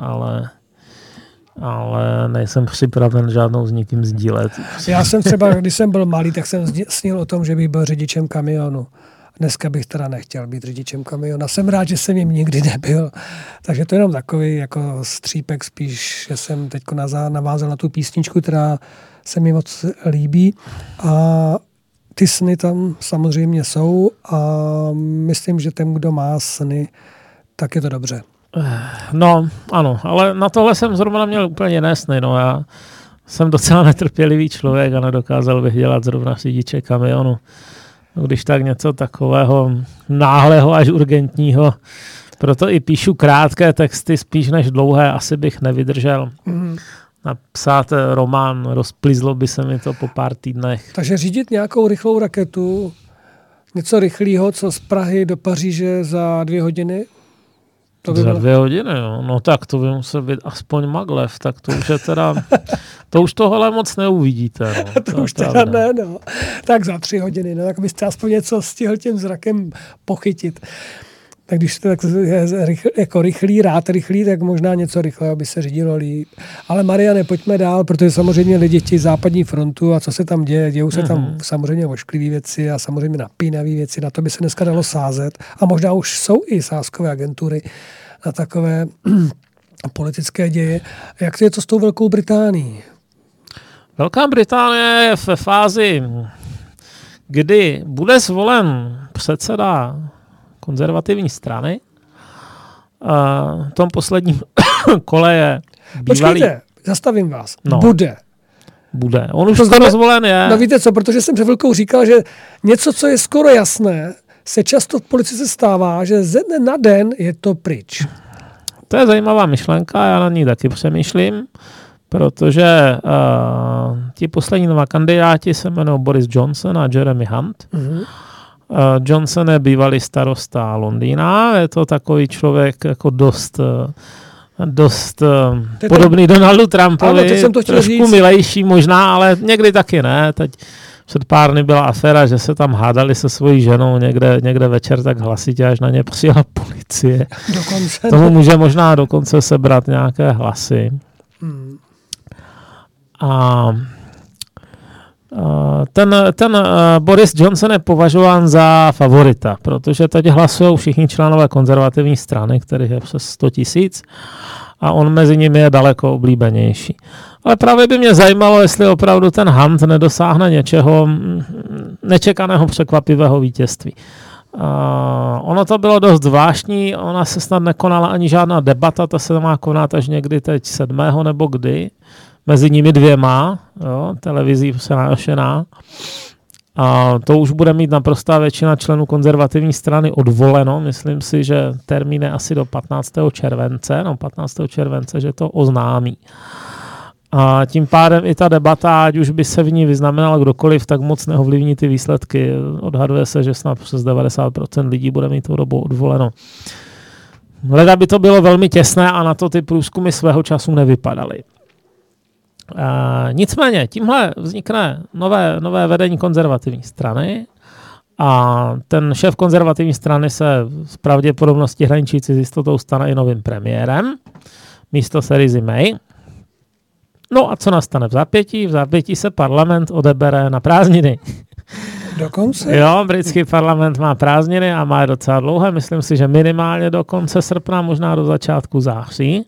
ale nejsem připraven žádnou s nikým sdílet. Já jsem třeba, když jsem byl malý, tak jsem snil o tom, že bych byl řidičem kamionu. Dneska bych teda nechtěl být řidičem kamiona. Jsem rád, že jsem jim nikdy nebyl. Takže to je jenom takový jako střípek spíš, že jsem teď navázal na tu písničku, která se mi moc líbí. A ty sny tam samozřejmě jsou a myslím, že ten, kdo má sny, tak je to dobře. No, ano, ale na tohle jsem zrovna měl úplně jiné sny. No, já jsem docela netrpělivý člověk a nedokázal bych dělat zrovna řidiče kamionu. když tak něco takového náhlého až urgentního. Proto i píšu krátké texty, spíš než dlouhé, asi bych nevydržel. Napsat román, rozplizlo by se mi to po pár týdnech. Takže řídit nějakou rychlou raketu, něco rychlého, co z Prahy do Paříže za 2 hodiny? To by za bylo... 2 hodiny, jo. No tak to by musel být aspoň maglev, tak to už je teda, to už tohle moc neuvidíte. No. To už teda ne, no. Tak za 3 hodiny, no, tak byste aspoň něco stihl tím zrakem pochytit. Tak když to tak jako rychlý, tak možná něco rychlého by se řídilo líp. Ale Mariane, pojďme dál, protože samozřejmě lidi chtějí západní frontu a co se tam děje. Dějou se tam samozřejmě ošklivé věci a samozřejmě napínavé věci. Na to by se dneska dalo sázet. A možná už jsou i sázkové agentury na takové politické děje. Jak je to s tou Velkou Británií? Velká Británie je ve fázi, kdy bude zvolen předseda konzervativní strany. V tom posledním kole je bývalý... Počkejte, zastavím vás. No. Bude. On už skoro zvolen je. No víte co, protože jsem před chvilkou říkal, že něco, co je skoro jasné, se často v politice stává, že ze dne na den je to pryč. To je zajímavá myšlenka, já na ní taky přemýšlím, protože ti poslední 2 kandidáti se jmenují Boris Johnson a Jeremy Hunt. Johnson je bývalý starosta Londýna, je to takový člověk jako dost podobný Donaldu Trumpovi, ano, trošku milejší možná, ale někdy taky ne. Teď před pár dny byla aféra, že se tam hádali se svojí ženou někde večer tak hlasitě, až na ně přijela policie. Dokonce. Tomu může možná dokonce sebrat nějaké hlasy. A ten Boris Johnson je považován za favorita, protože teď hlasují všichni členové konzervativní strany, kterých je přes 100 000 a on mezi nimi je daleko oblíbenější. Ale právě by mě zajímalo, jestli opravdu ten Hunt nedosáhne něčeho nečekaného překvapivého vítězství. Ono to bylo dost zvláštní, ona se snad nekonala ani žádná debata, ta se má konat až někdy teď 7. nebo kdy. Mezi nimi 2, jo, televizí se nanošená. A to už bude mít naprostá většina členů konzervativní strany odvoleno. Myslím si, že termín je asi do 15. července, že to oznámí. A tím pádem i ta debata, ať už by se v ní vyznamenal kdokoliv, tak moc neovlivní ty výsledky. Odhaduje se, že snad přes 90% lidí bude mít tou dobou odvoleno. Leda by to bylo velmi těsné a na to ty průzkumy svého času nevypadaly. Nicméně, tímhle vznikne nové vedení konzervativní strany a ten šéf konzervativní strany se z pravděpodobnosti hraničící s jistotou stane i novým premiérem místo Theresa May. No a co nastane v zápětí? V zápětí se parlament odebere na prázdniny. Dokonce? Jo, britský parlament má prázdniny a má je docela dlouhé. Myslím si, že minimálně do konce srpna, možná do začátku září.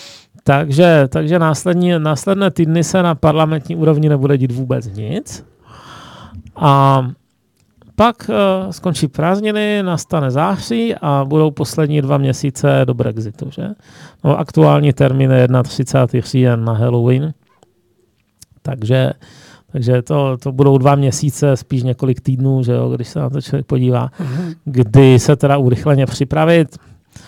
Takže následné týdny se na parlamentní úrovni nebude dít vůbec nic. A pak skončí prázdniny, nastane září a budou poslední 2 měsíce do Brexitu. Že? No, aktuální termín je 31. říjen na Halloween. Takže to budou 2 měsíce, spíš několik týdnů, že jo, když se na to člověk podívá, kdy se teda urychleně připravit.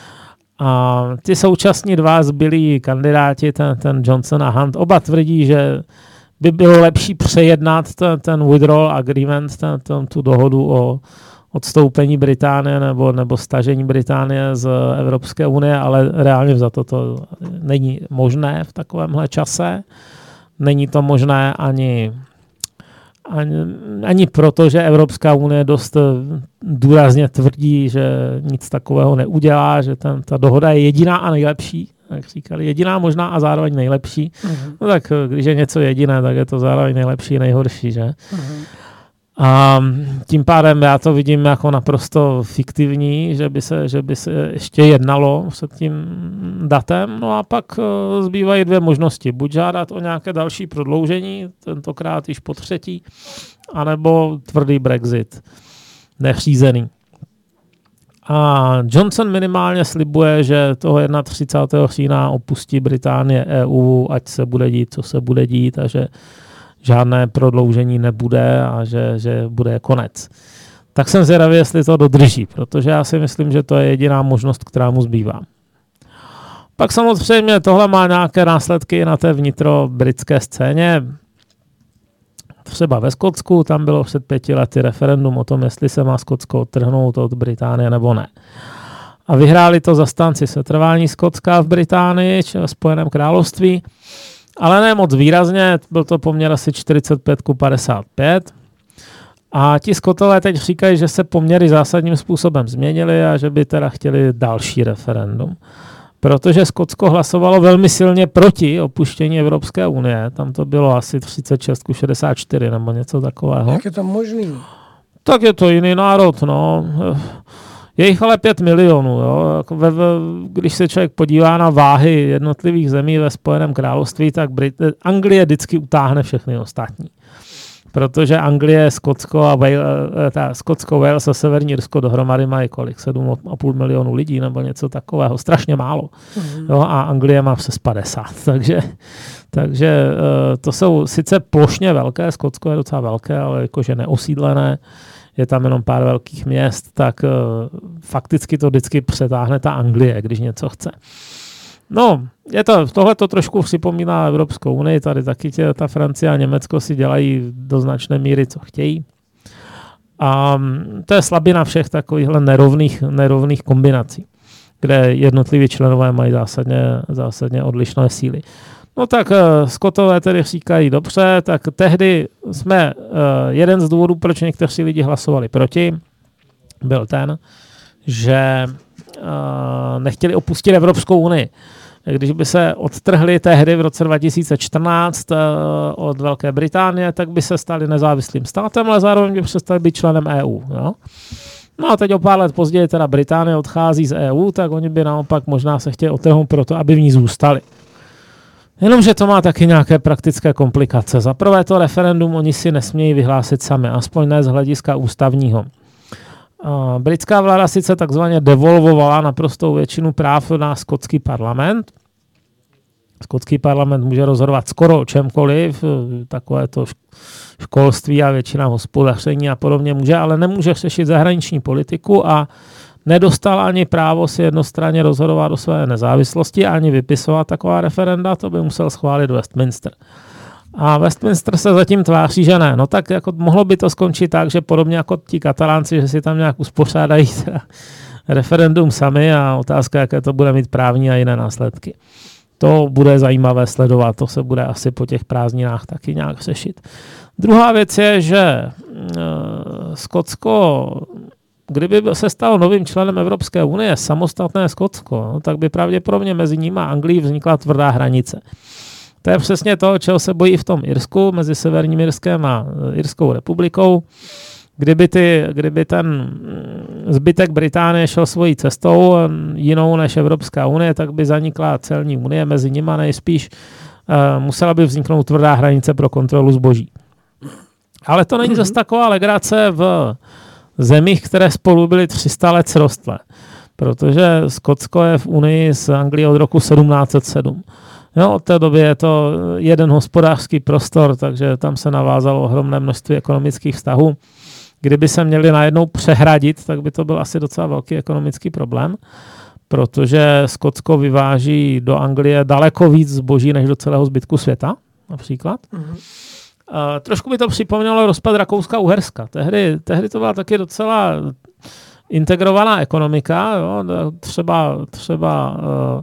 A ty současní 2 zbylí kandidáti, ten Johnson a Hunt, oba tvrdí, že by bylo lepší přejednat ten withdrawal agreement, tu dohodu o odstoupení Británie nebo stažení Británie z Evropské unie, ale reálně vzato to není možné v takovémhle čase. Není to možné ani proto, že Evropská unie dost důrazně tvrdí, že nic takového neudělá, že ta dohoda je jediná a nejlepší, jak říkali, jediná možná a zároveň nejlepší. No tak když je něco jediné, tak je to zároveň nejlepší a nejhorší, že? A tím pádem já to vidím jako naprosto fiktivní, že by se ještě jednalo před tím datem. No a pak zbývají 2 možnosti. Buď žádat o nějaké další prodloužení, tentokrát již po 3., anebo tvrdý Brexit, neřízený. A Johnson minimálně slibuje, že toho 31. října opustí Británie EU, ať se bude dít, co se bude dít, a že žádné prodloužení nebude a že bude konec. Tak jsem zvědavý, jestli to dodrží, protože já si myslím, že to je jediná možnost, která mu zbývá. Pak samozřejmě tohle má nějaké následky i na té vnitrobritské scéně. Třeba ve Skotsku, tam bylo před 5 lety referendum o tom, jestli se má Skotsko odtrhnout od Británie nebo ne. A vyhráli to zastánci setrvání Skotska v Británii, či v Spojeném království, ale ne moc výrazně, byl to poměr asi 45-55. A ti Skotové teď říkají, že se poměry zásadním způsobem změnily a že by teda chtěli další referendum. Protože Skotsko hlasovalo velmi silně proti opuštění Evropské unie. Tam to bylo asi 36-64 nebo něco takového. Jak je to možný? Tak je to jiný národ, no. Je jich ale 5 milionů. Jo. Když se člověk podívá na váhy jednotlivých zemí ve Spojeném království, tak Anglie vždycky utáhne všechny ostatní. Protože Anglie, Skotsko, Wales a Severní Irsko dohromady mají kolik? 7,5 milionů lidí nebo něco takového. Strašně málo. Jo, a Anglie má přes 50. Takže to jsou sice plošně velké, Skotsko je docela velké, ale jakože neosídlené. Je tam jenom pár velkých měst, tak fakticky to vždycky přetáhne ta Anglie, když něco chce. No, tohle to trošku připomíná Evropskou unii, tady taky ta Francie a Německo si dělají do značné míry, co chtějí. A to je slabina všech takovýchhle nerovných kombinací, kde jednotliví členové mají zásadně odlišné síly. No tak Skotové tedy říkají dobře, tak tehdy jsme jeden z důvodů, proč někteří lidi hlasovali proti, byl ten, že nechtěli opustit Evropskou unii. Když by se odtrhli tehdy v roce 2014 od Velké Británie, tak by se stali nezávislým státem, ale zároveň by přestali být členem EU. Jo? No a teď o pár let později teda Británie odchází z EU, tak oni by naopak možná se chtěli odtrhnout proto, aby v ní zůstali. Jenomže to má taky nějaké praktické komplikace. Za prvé to referendum oni si nesmějí vyhlásit sami, aspoň ne z hlediska ústavního. Britská vláda sice takzvaně devolvovala naprostou většinu práv na skotský parlament. Skotský parlament může rozhodovat skoro o čemkoliv, takové to školství a většina hospodaření a podobně může, ale nemůže řešit zahraniční politiku a nedostal ani právo si jednostranně rozhodovat o své nezávislosti, ani vypisovat taková referenda, to by musel schválit Westminster. A Westminster se zatím tváří, že ne. No tak jako mohlo by to skončit tak, že podobně jako ti Katalánci, že si tam nějak uspořádají referendum sami a otázka, jaké to bude mít právní a jiné následky. To bude zajímavé sledovat, to se bude asi po těch prázdninách taky nějak řešit. Druhá věc je, že Skotsko, kdyby se stalo novým členem Evropské unie, samostatné Skotsko, no, tak by pravděpodobně mezi nimi a Anglií vznikla tvrdá hranice. To je přesně to, čeho se bojí v tom Irsku, mezi Severním Irskem a Irskou republikou. Kdyby ten zbytek Británie šel svojí cestou, jinou než Evropská unie, tak by zanikla celní unie, mezi nimi nejspíš musela by vzniknout tvrdá hranice pro kontrolu zboží. Ale to není zase taková legrace v zemích, které spolu byly 300 let srostlé, protože Skotsko je v unii s Anglií od roku 1707. Jo, od té doby je to jeden hospodářský prostor, takže tam se navázalo ohromné množství ekonomických vztahů. Kdyby se měli najednou přehradit, tak by to byl asi docela velký ekonomický problém, protože Skotsko vyváží do Anglie daleko víc zboží než do celého zbytku světa, například. Trošku by to připomnělo rozpad Rakouska-Uherska. Tehdy to byla taky docela integrovaná ekonomika, jo? Třeba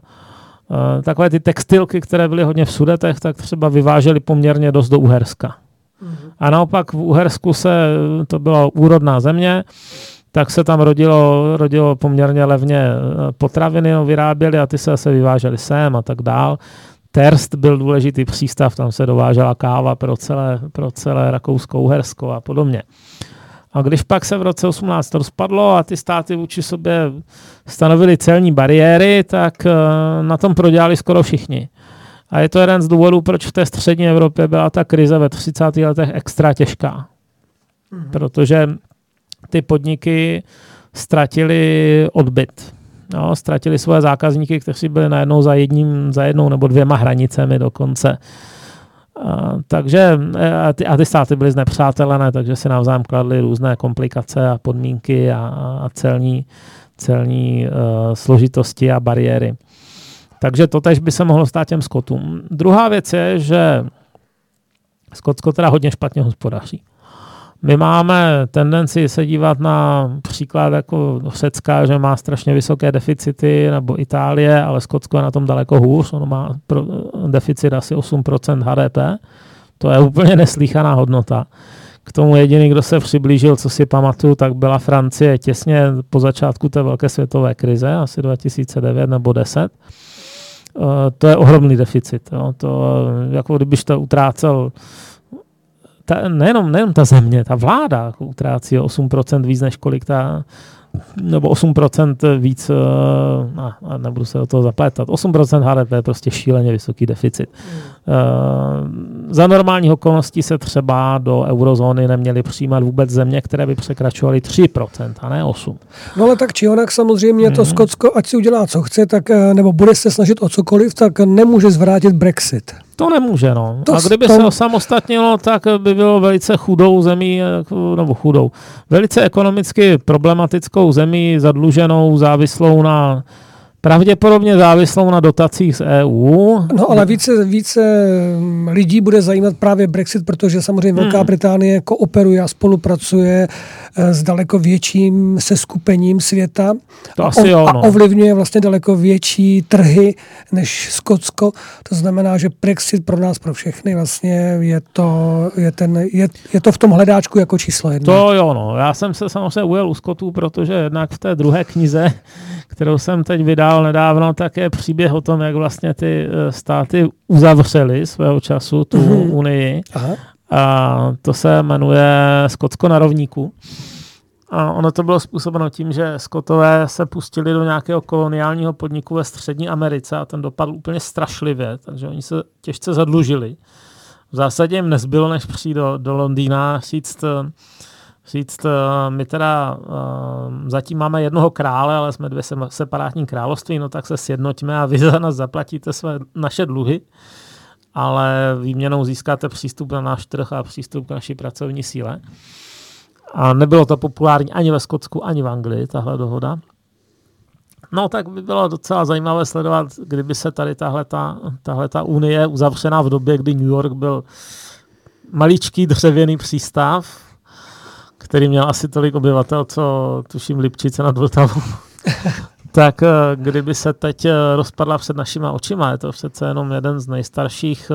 takové ty textilky, které byly hodně v Sudetech, tak třeba vyvážely poměrně dost do Uherska. A naopak v Uhersku to byla úrodná země, tak se tam rodilo poměrně levně potraviny, vyráběli a ty se vyvážely sem a tak dál. Terst byl důležitý přístav, tam se dovážela káva pro celé Rakousko-Uhersko a podobně. A když pak se v roce 18 rozpadlo a ty státy vůči sobě stanovily celní bariéry, tak na tom prodělali skoro všichni. A je to jeden z důvodů, proč v té střední Evropě byla ta krize ve 30. letech extra těžká. Protože ty podniky ztratili odbyt. No, ztratili svoje zákazníky, kteří byli najednou za jednou nebo dvěma hranicemi dokonce. Takže ty státy byly znepřátelené, takže si navzájem kladly různé komplikace a podmínky a celní složitosti a bariéry. Takže to tež by se mohlo stát těm Skotům. Druhá věc je, že Skotsko teda hodně špatně hospodaří. My máme tendenci se dívat na příklad jako Řecka, že má strašně vysoké deficity, nebo Itálie, ale Skotsko je na tom daleko hůř. Ono má deficit asi 8% HDP. To je úplně neslýchaná hodnota. K tomu jediný, kdo se přiblížil, co si pamatuju, tak byla Francie těsně po začátku té velké světové krize, asi 2009 nebo 10. To je ohromný deficit. Jo. To, jako kdybyš to utrácel nejenom ta země, ta vláda jako utrácí o 8% víc, než kolik nebo 8% víc, nebudu se do toho zaplétat, 8% HDP je prostě šíleně vysoký deficit. Za normálních okolností se třeba do eurozóny neměly přijímat vůbec země, které by překračovaly 3%, a ne 8%. No ale tak či onak samozřejmě to Skotsko, ať si udělá co chce, tak, nebo bude se snažit o cokoliv, tak nemůže zvrátit Brexit. To nemůže, no. A kdyby se osamostatnilo, tak by bylo velice chudou zemí, nebo velice ekonomicky problematickou zemí, zadluženou, pravděpodobně závislou na dotacích z EU. No ale více lidí bude zajímat právě Brexit, protože samozřejmě Velká Británie kooperuje a spolupracuje s daleko větším seskupením světa a ovlivňuje vlastně daleko větší trhy než Skotsko. To znamená, že Brexit pro nás, pro všechny vlastně je to v tom hledáčku jako číslo 1. To jo, no. Já jsem se samozřejmě ujel u Skotů, protože jednak v té druhé knize, kterou jsem teď vydal nedávno, tak je příběh o tom, jak vlastně ty státy uzavřely svého času tu unii. Aha. A to se jmenuje Skotsko na rovníku. A ono to bylo způsobeno tím, že Skotové se pustili do nějakého koloniálního podniku ve Střední Americe a ten dopadl úplně strašlivě, takže oni se těžce zadlužili. V zásadě jim nezbylo, než přijít do Londýna říct, my teda zatím máme jednoho krále, ale jsme 2 separátní království, no tak se sjednoťme a vy za nás zaplatíte naše dluhy, ale výměnou získáte přístup na náš trh a přístup k naší pracovní síle. A nebylo to populární ani ve Skotsku, ani v Anglii, tahle dohoda. No tak by bylo docela zajímavé sledovat, kdyby se tady tahleta unie uzavřená v době, kdy New York byl maličký dřevěný přístav, který měl asi tolik obyvatel, co tuším Lipčice nad Vltavou. Tak kdyby se teď rozpadla před našima očima, je to přece jenom jeden z nejstarších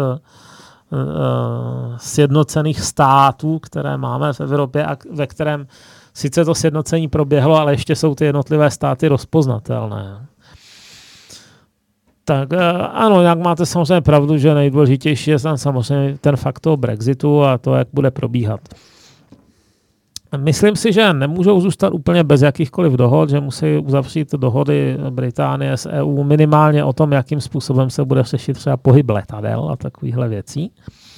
sjednocených států, které máme v Evropě a ve kterém sice to sjednocení proběhlo, ale ještě jsou ty jednotlivé státy rozpoznatelné. Tak ano, jak máte samozřejmě pravdu, že nejdůležitější je tam samozřejmě ten fakt toho Brexitu a to, jak bude probíhat. Myslím si, že nemůžou zůstat úplně bez jakýchkoliv dohod, že musí uzavřít dohody Británie s EU minimálně o tom, jakým způsobem se bude řešit třeba pohyb letadel a takovýchhle věcí.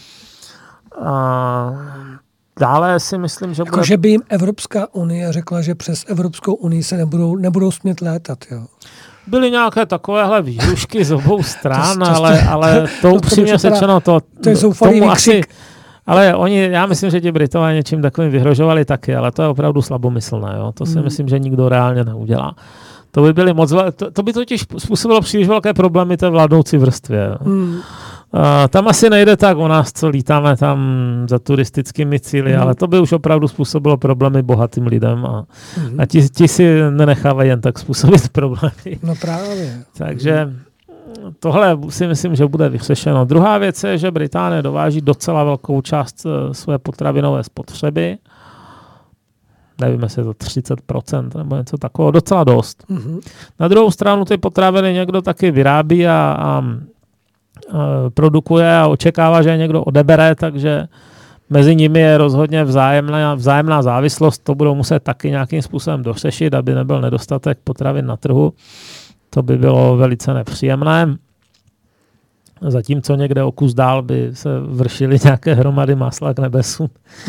Dále si myslím, že bude... Že by jim Evropská unie řekla, že přes Evropskou unii se nebudou smět létat, jo? Byly nějaké takovéhle výhrušky z obou stran, ale to upřímně řečeno to je zoufalý výkřik. Ale já myslím, že ti Britové něčím takovým vyhrožovali taky, ale to je opravdu slabomyslné. Jo? To si myslím, že nikdo reálně neudělá. To by totiž způsobilo příliš velké problémy té vládnoucí vrstvě. Tam asi nejde tak o nás, co lítáme tam za turistickými cíli, ale to by už opravdu způsobilo problémy bohatým lidem a ti si nenechávají jen tak způsobit problémy. No právě. Takže tohle si myslím, že bude vyřešeno. Druhá věc je, že Británie dováží docela velkou část své potravinové spotřeby. Nevím, jestli je to 30% nebo něco takového, docela dost. Na druhou stranu ty potraviny někdo taky vyrábí a produkuje a očekává, že je někdo odebere, takže mezi nimi je rozhodně vzájemná závislost. To budou muset taky nějakým způsobem dořešit, aby nebyl nedostatek potravin na trhu. To by bylo velice nepříjemné. Zatímco někde o kus dál by se vršily nějaké hromady másla k nebesu.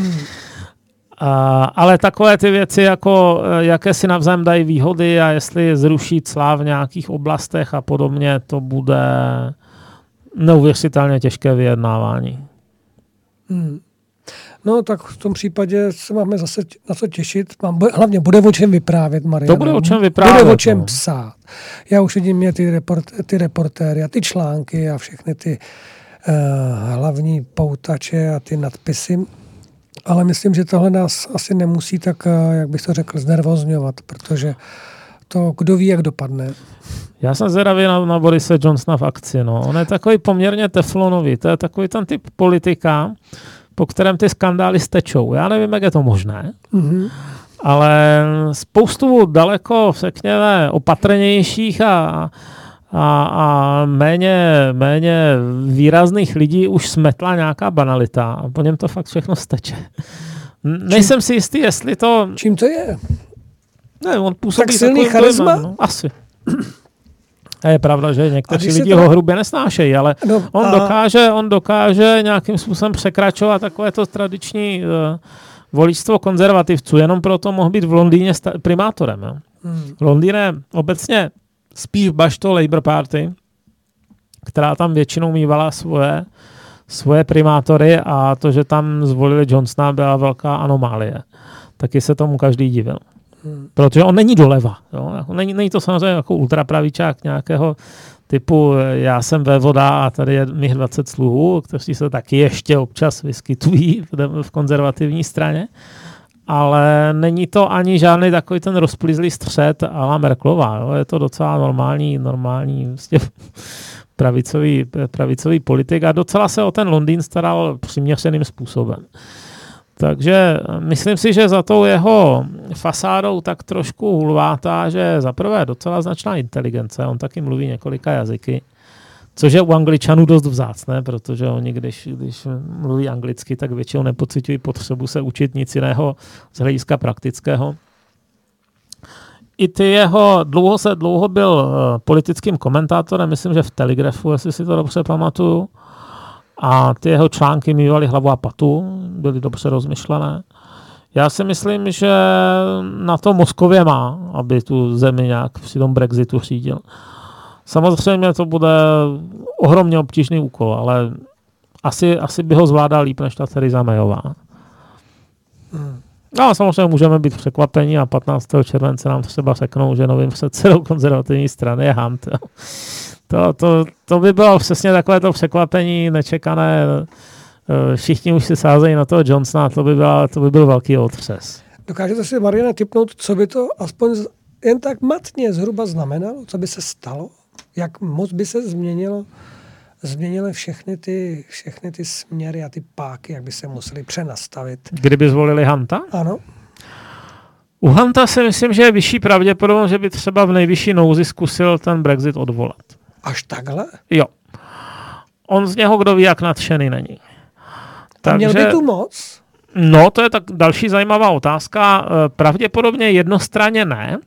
Ale takové ty věci, jako jaké si navzájem dají výhody a jestli zruší cla v nějakých oblastech a podobně, to bude neuvěřitelně těžké vyjednávání. No tak v tom případě se máme zase na co těšit. Hlavně bude o čem vyprávět, Mariana. To bude o čem vyprávět. Bude o čem psát. Já už vidím mě ty reportéry a ty články a všechny ty hlavní poutače a ty nadpisy. Ale myslím, že tohle nás asi nemusí tak, jak bych to řekl, znervozňovat, protože to kdo ví, jak dopadne. Já jsem zvědavý na Borise Johnsona v akci. No. On je takový poměrně teflonový. To je takový ten typ politika, po kterém ty skandály stečou. Já nevím, jak je to možné, ale spoustu daleko, řekněme, opatrnějších a méně výrazných lidí už smetla nějaká banalita a po něm to fakt všechno steče. Nejsem si jistý, jestli to... Čím to je? Ne, on působí tak silný charisma? No, asi. A je pravda, že někteří lidi ho hrubě nesnášejí, ale on dokáže nějakým způsobem překračovat takové to tradiční voličstvo konzervativců. Jenom proto mohl být v Londýně primátorem. Jo. Londýn je obecně spíš bašto Labour Party, která tam většinou mívala svoje primátory a to, že tam zvolili Johnsona, byla velká anomálie. Taky se tomu každý divil. Protože on není doleva. Jo? Není to samozřejmě jako ultrapravičák nějakého typu já jsem vévoda a tady je mých 20 sluhů, kteří se taky ještě občas vyskytují v konzervativní straně. Ale není to ani žádný takový ten rozplizlý střed a la Merkelová. Jo? Je to docela normální vlastně pravicový politik a docela se o ten Londýn staral přiměřeným způsobem. Takže myslím si, že za tou jeho fasádou tak trošku hulvátá, že zaprvé docela značná inteligence, on taky mluví několika jazyky, což je u Angličanů dost vzácné, protože oni, když mluví anglicky, tak většinou nepociťují potřebu se učit nic jiného z hlediska praktického. I ty jeho, dlouho byl politickým komentátorem, myslím, že v Telegrafu, jestli si to dobře pamatuju, a ty jeho články mývaly hlavu a patu, byly dobře rozmyšlené. Já si myslím, že na to mozkově má, aby tu zemi nějak při tom Brexitu řídil. Samozřejmě to bude ohromně obtížný úkol, ale asi by ho zvládal líp než ta Theresa Mayová. No a samozřejmě můžeme být překvapení a 15. července nám třeba řeknou, že novým předsedou konzervativní strany je Hunt. To by bylo přesně takové to překvapení nečekané. Všichni už si sázejí na toho Johnsona, to by byl velký otřes. Dokážete si, Mariana, tipnout, co by to aspoň jen tak matně zhruba znamenalo? Co by se stalo? Jak moc by se změnily všechny ty směry a ty páky, jak by se museli přenastavit? Kdyby zvolili Hunta? Ano. U Hunta si myslím, že je vyšší pravděpodobnost, že by třeba v nejvyšší nouzi zkusil ten Brexit odvolat. Až takhle? Jo. On z něho kdo ví, jak nadšený není. A měl by tu moc? No, to je tak další zajímavá otázka. Pravděpodobně jednostranně ne.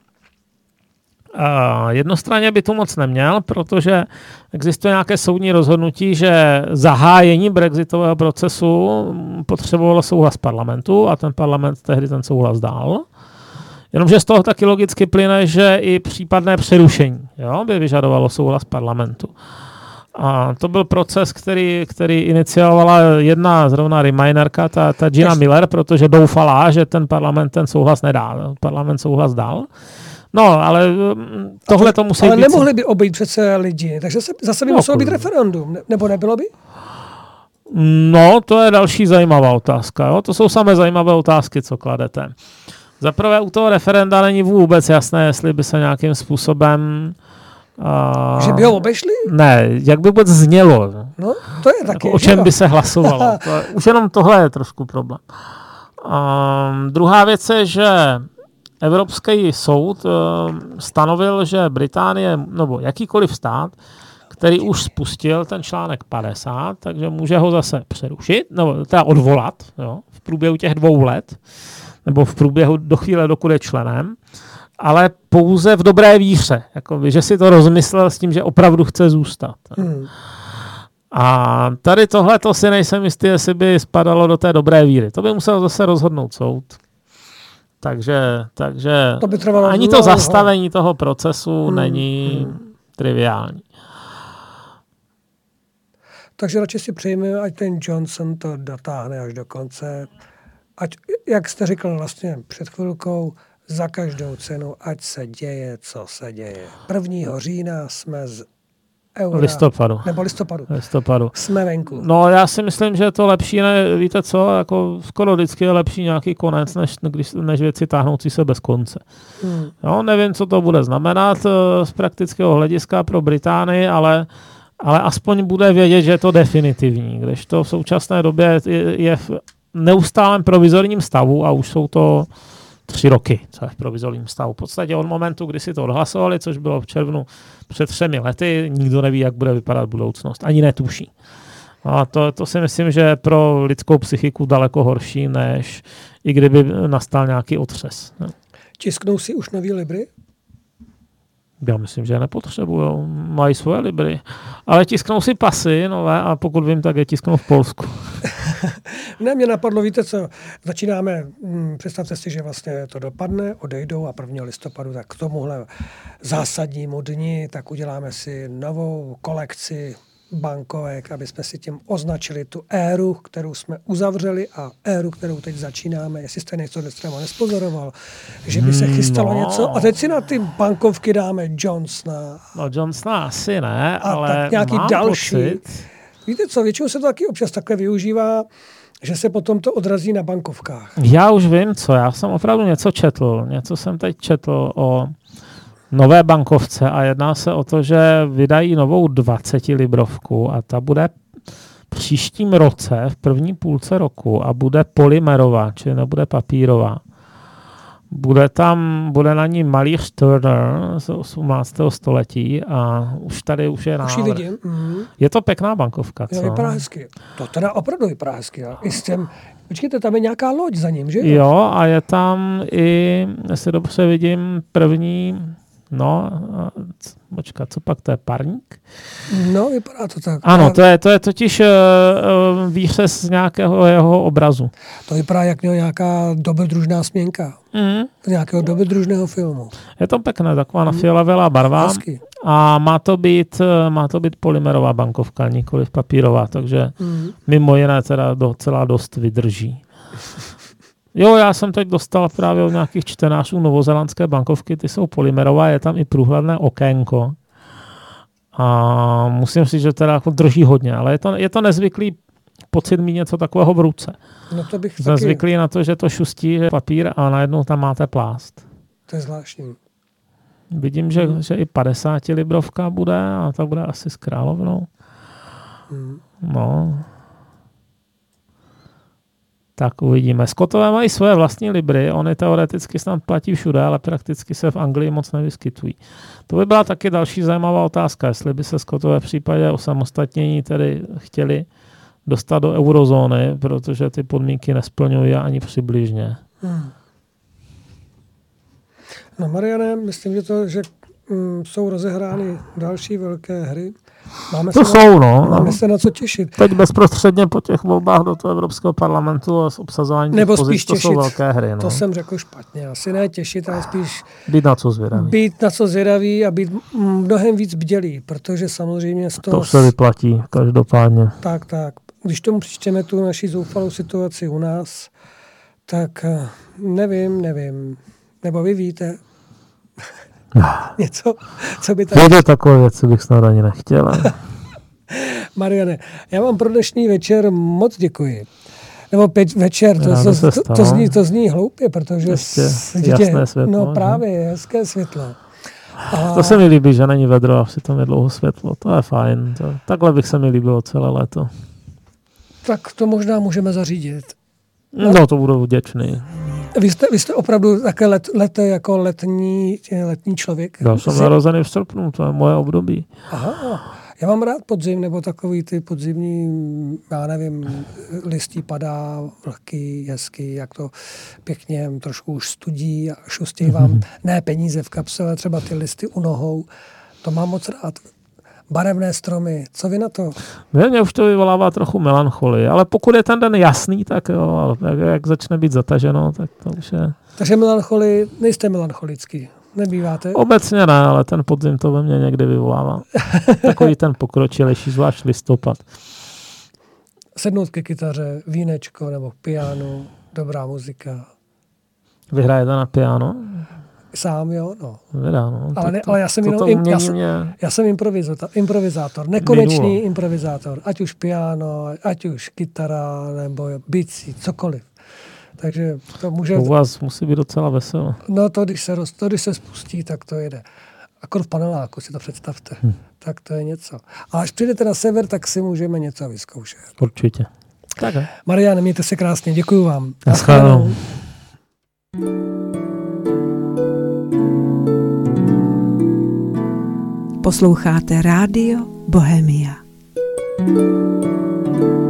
Jednostranně by tu moc neměl, protože existuje nějaké soudní rozhodnutí, že zahájení brexitového procesu potřebovalo souhlas parlamentu a ten parlament tehdy ten souhlas dal. Jenomže z toho taky logicky plyne, že i případné přerušení by vyžadovalo souhlas parlamentu. A to byl proces, který iniciovala jedna zrovna remainerka, ta Gina Miller, protože doufala, že ten parlament ten souhlas nedal. Parlament souhlas dal. No, ale tohle to musí být... Ale nemohli by obejít přece lidi, takže zase by muselo být referendum, nebo nebylo by? No, to je další zajímavá otázka. Jo? To jsou samé zajímavé otázky, co kladete. Zaprvé u toho referenda není vůbec jasné, jestli by se nějakým způsobem... Že by ho obešli? Ne, jak by vůbec znělo. No, to je taky. Jako o čem by se hlasovalo. Už jenom tohle je trošku problém. Druhá věc je, že Evropský soud stanovil, že Británie, nebo jakýkoliv stát, který už spustil ten článek 50, takže může ho zase přerušit, nebo teda odvolat v průběhu těch 2 let, nebo v průběhu do chvíle, dokud je členem, ale pouze v dobré víře, jakoby, že si to rozmyslel s tím, že opravdu chce zůstat. A tady tohleto si nejsem jistý, jestli by spadalo do té dobré víry. To by musel zase rozhodnout soud. Takže to by trvalo ani to zastavení toho procesu není triviální. Takže radši si přejme, ať ten Johnson to dotáhne až do konce. Ať, jak jste říkal vlastně před chvilkou, za každou cenu, ať se děje, co se děje. 1. října jsme z eura. Listopadu. Nebo listopadu. Jsme venku. No já si myslím, že je to lepší, víte co, jako skoro vždycky je lepší nějaký konec, než věci táhnoucí se bez konce. Jo, nevím, co to bude znamenat z praktického hlediska pro Británii, ale aspoň bude vědět, že je to definitivní. Kdežto v současné době je v neustálém provizorním stavu a už jsou to 3 roky, co je v provizorním stavu. V podstatě od momentu, kdy si to odhlasovali, což bylo v červnu před 3 lety, nikdo neví, jak bude vypadat budoucnost. Ani netuší. A to si myslím, že je pro lidskou psychiku daleko horší, než i kdyby nastal nějaký otřes. Tisknou si už nový libry? Já myslím, že je nepotřebujou. Mají svoje libry. Ale tisknou si pasy nové a pokud vím, tak je tisknou v Polsku. Ne, mě napadlo, víte co, začínáme, představte si, že vlastně to dopadne, odejdou a 1. listopadu, tak k tomuhle zásadnímu dni, tak uděláme si novou kolekci bankovek, aby jsme si tím označili tu éru, kterou jsme uzavřeli a éru, kterou teď začínáme. Jestli jste něco třeba nespozoroval, že by se chystalo něco. A teď si na ty bankovky dáme Johnsona. No Johnsona asi ne, a ale tak nějaký mám další. pocit. Víte co, většinou se to taky občas takhle využívá, že se potom to odrazí na bankovkách. Já už vím co, já jsem opravdu něco četl. Něco jsem teď četl o nové bankovce a jedná se o to, že vydají novou 20 librovku a ta bude příštím roce, v první půlce roku a bude polymerová, čili nebude papírová. Bude na ní malíř Turner z 18. století a už je návrh. Už ji vidím. Je to pěkná bankovka, co? Jo, vypadá hezky. To teda opravdu vypadá hezky. I s těm, počkejte, tam je nějaká loď za ním, že? Jo, a je tam i, jestli dobře vidím, první, počkat, co pak, to je parník? No, vypadá to tak. Ano, to je totiž výřez z nějakého jeho obrazu. To vypadá jak nějaká dobrodružná směnka. Z nějakého dobrodružného filmu. Je to pěkné, taková fialová barva. Hezky. A má to být polymerová bankovka, nikoliv papírová, takže mimo jiné teda docela dost vydrží. Jo, já jsem teď dostal právě od nějakých čtenářů novozélandské bankovky, ty jsou polymerové, je tam i průhledné okénko. A musím říct, že teda jako drží hodně, ale je to nezvyklý pocit mít něco takového v ruce. No to bych Jsme zvyklí na to, že to šustí, že papír a najednou tam máte plást. To je zvláštní. Vidím, že i 50 librovka bude a ta bude asi s královnou. No. Tak uvidíme. Skotové mají svoje vlastní libry, oni teoreticky snad platí všude, ale prakticky se v Anglii moc nevyskytují. To by byla taky další zajímavá otázka, jestli by se Skotové v případě osamostatnění tedy chtěli dostat do eurozóny, protože ty podmínky nesplňují ani přibližně. No Mariane, myslím, že jsou rozehrány další velké hry. Máme se na co těšit. Teď bezprostředně po těch volbách do toho Evropského parlamentu a s obsazováním nebo těch pozic, to jsou velké hry. No. To jsem řekl špatně. Asi ne těšit, ale spíš být na co zvědavý. A být mnohem víc bdělý, protože samozřejmě z toho... To se vyplatí každopádně. Tak. Když tomu přičteme tu naši zoufalou situaci u nás, tak nevím. Nebo vy víte... Něco, co by tam... Jde takové věci, bych snad ani nechtěla. Mariane, já vám pro dnešní večer moc děkuji. Nebo večer, to zní hloupě, protože... Jasné světlo. No právě, je hezké světlo. To se mi líbí, že není vedro a přitom je dlouho světlo. To je fajn. Takhle bych se mi líbilo celé léto. Tak to možná můžeme zařídit. No to budu vděčný. Vy jste opravdu také jako letní člověk? Já jsem narozený v srpnu, to je moje období. Aha, já mám rád podzim, nebo takový ty podzimní, já nevím, listí padá, vlhký, hezký, jak to pěkně trošku už studí a šustí vám, ne peníze v kapse, ale třeba ty listy u nohou. To mám moc rád. Barevné stromy, co vy na to? Mě už to vyvolává trochu melancholii, ale pokud je ten den jasný, tak jo, jak začne být zataženo, tak to už je... Takže nejste melancholický, nebýváte? Obecně ne, ale ten podzim to ve mně někdy vyvolává. Takový ten pokročilejší, zvlášť listopad. sednout ke kytaře, vínečko nebo k pianu, dobrá muzika. Vy hrajete na piano? Sám, jo, no. Vydá, no. Ale já jsem já jsem improvizátor, nekonečný improvizátor. Ať už piano, ať už kytara, nebo bicí, cokoliv. Takže to může... U vás musí být docela veselo. No to, když se spustí, tak to jede. Akor v paneláku, si to představte. Tak to je něco. A až přijdete na sever, tak si můžeme něco vyzkoušet. Určitě. Tak. Mariane, mějte se krásně, děkuju vám. Naschledanou. Posloucháte Rádio Bohemia.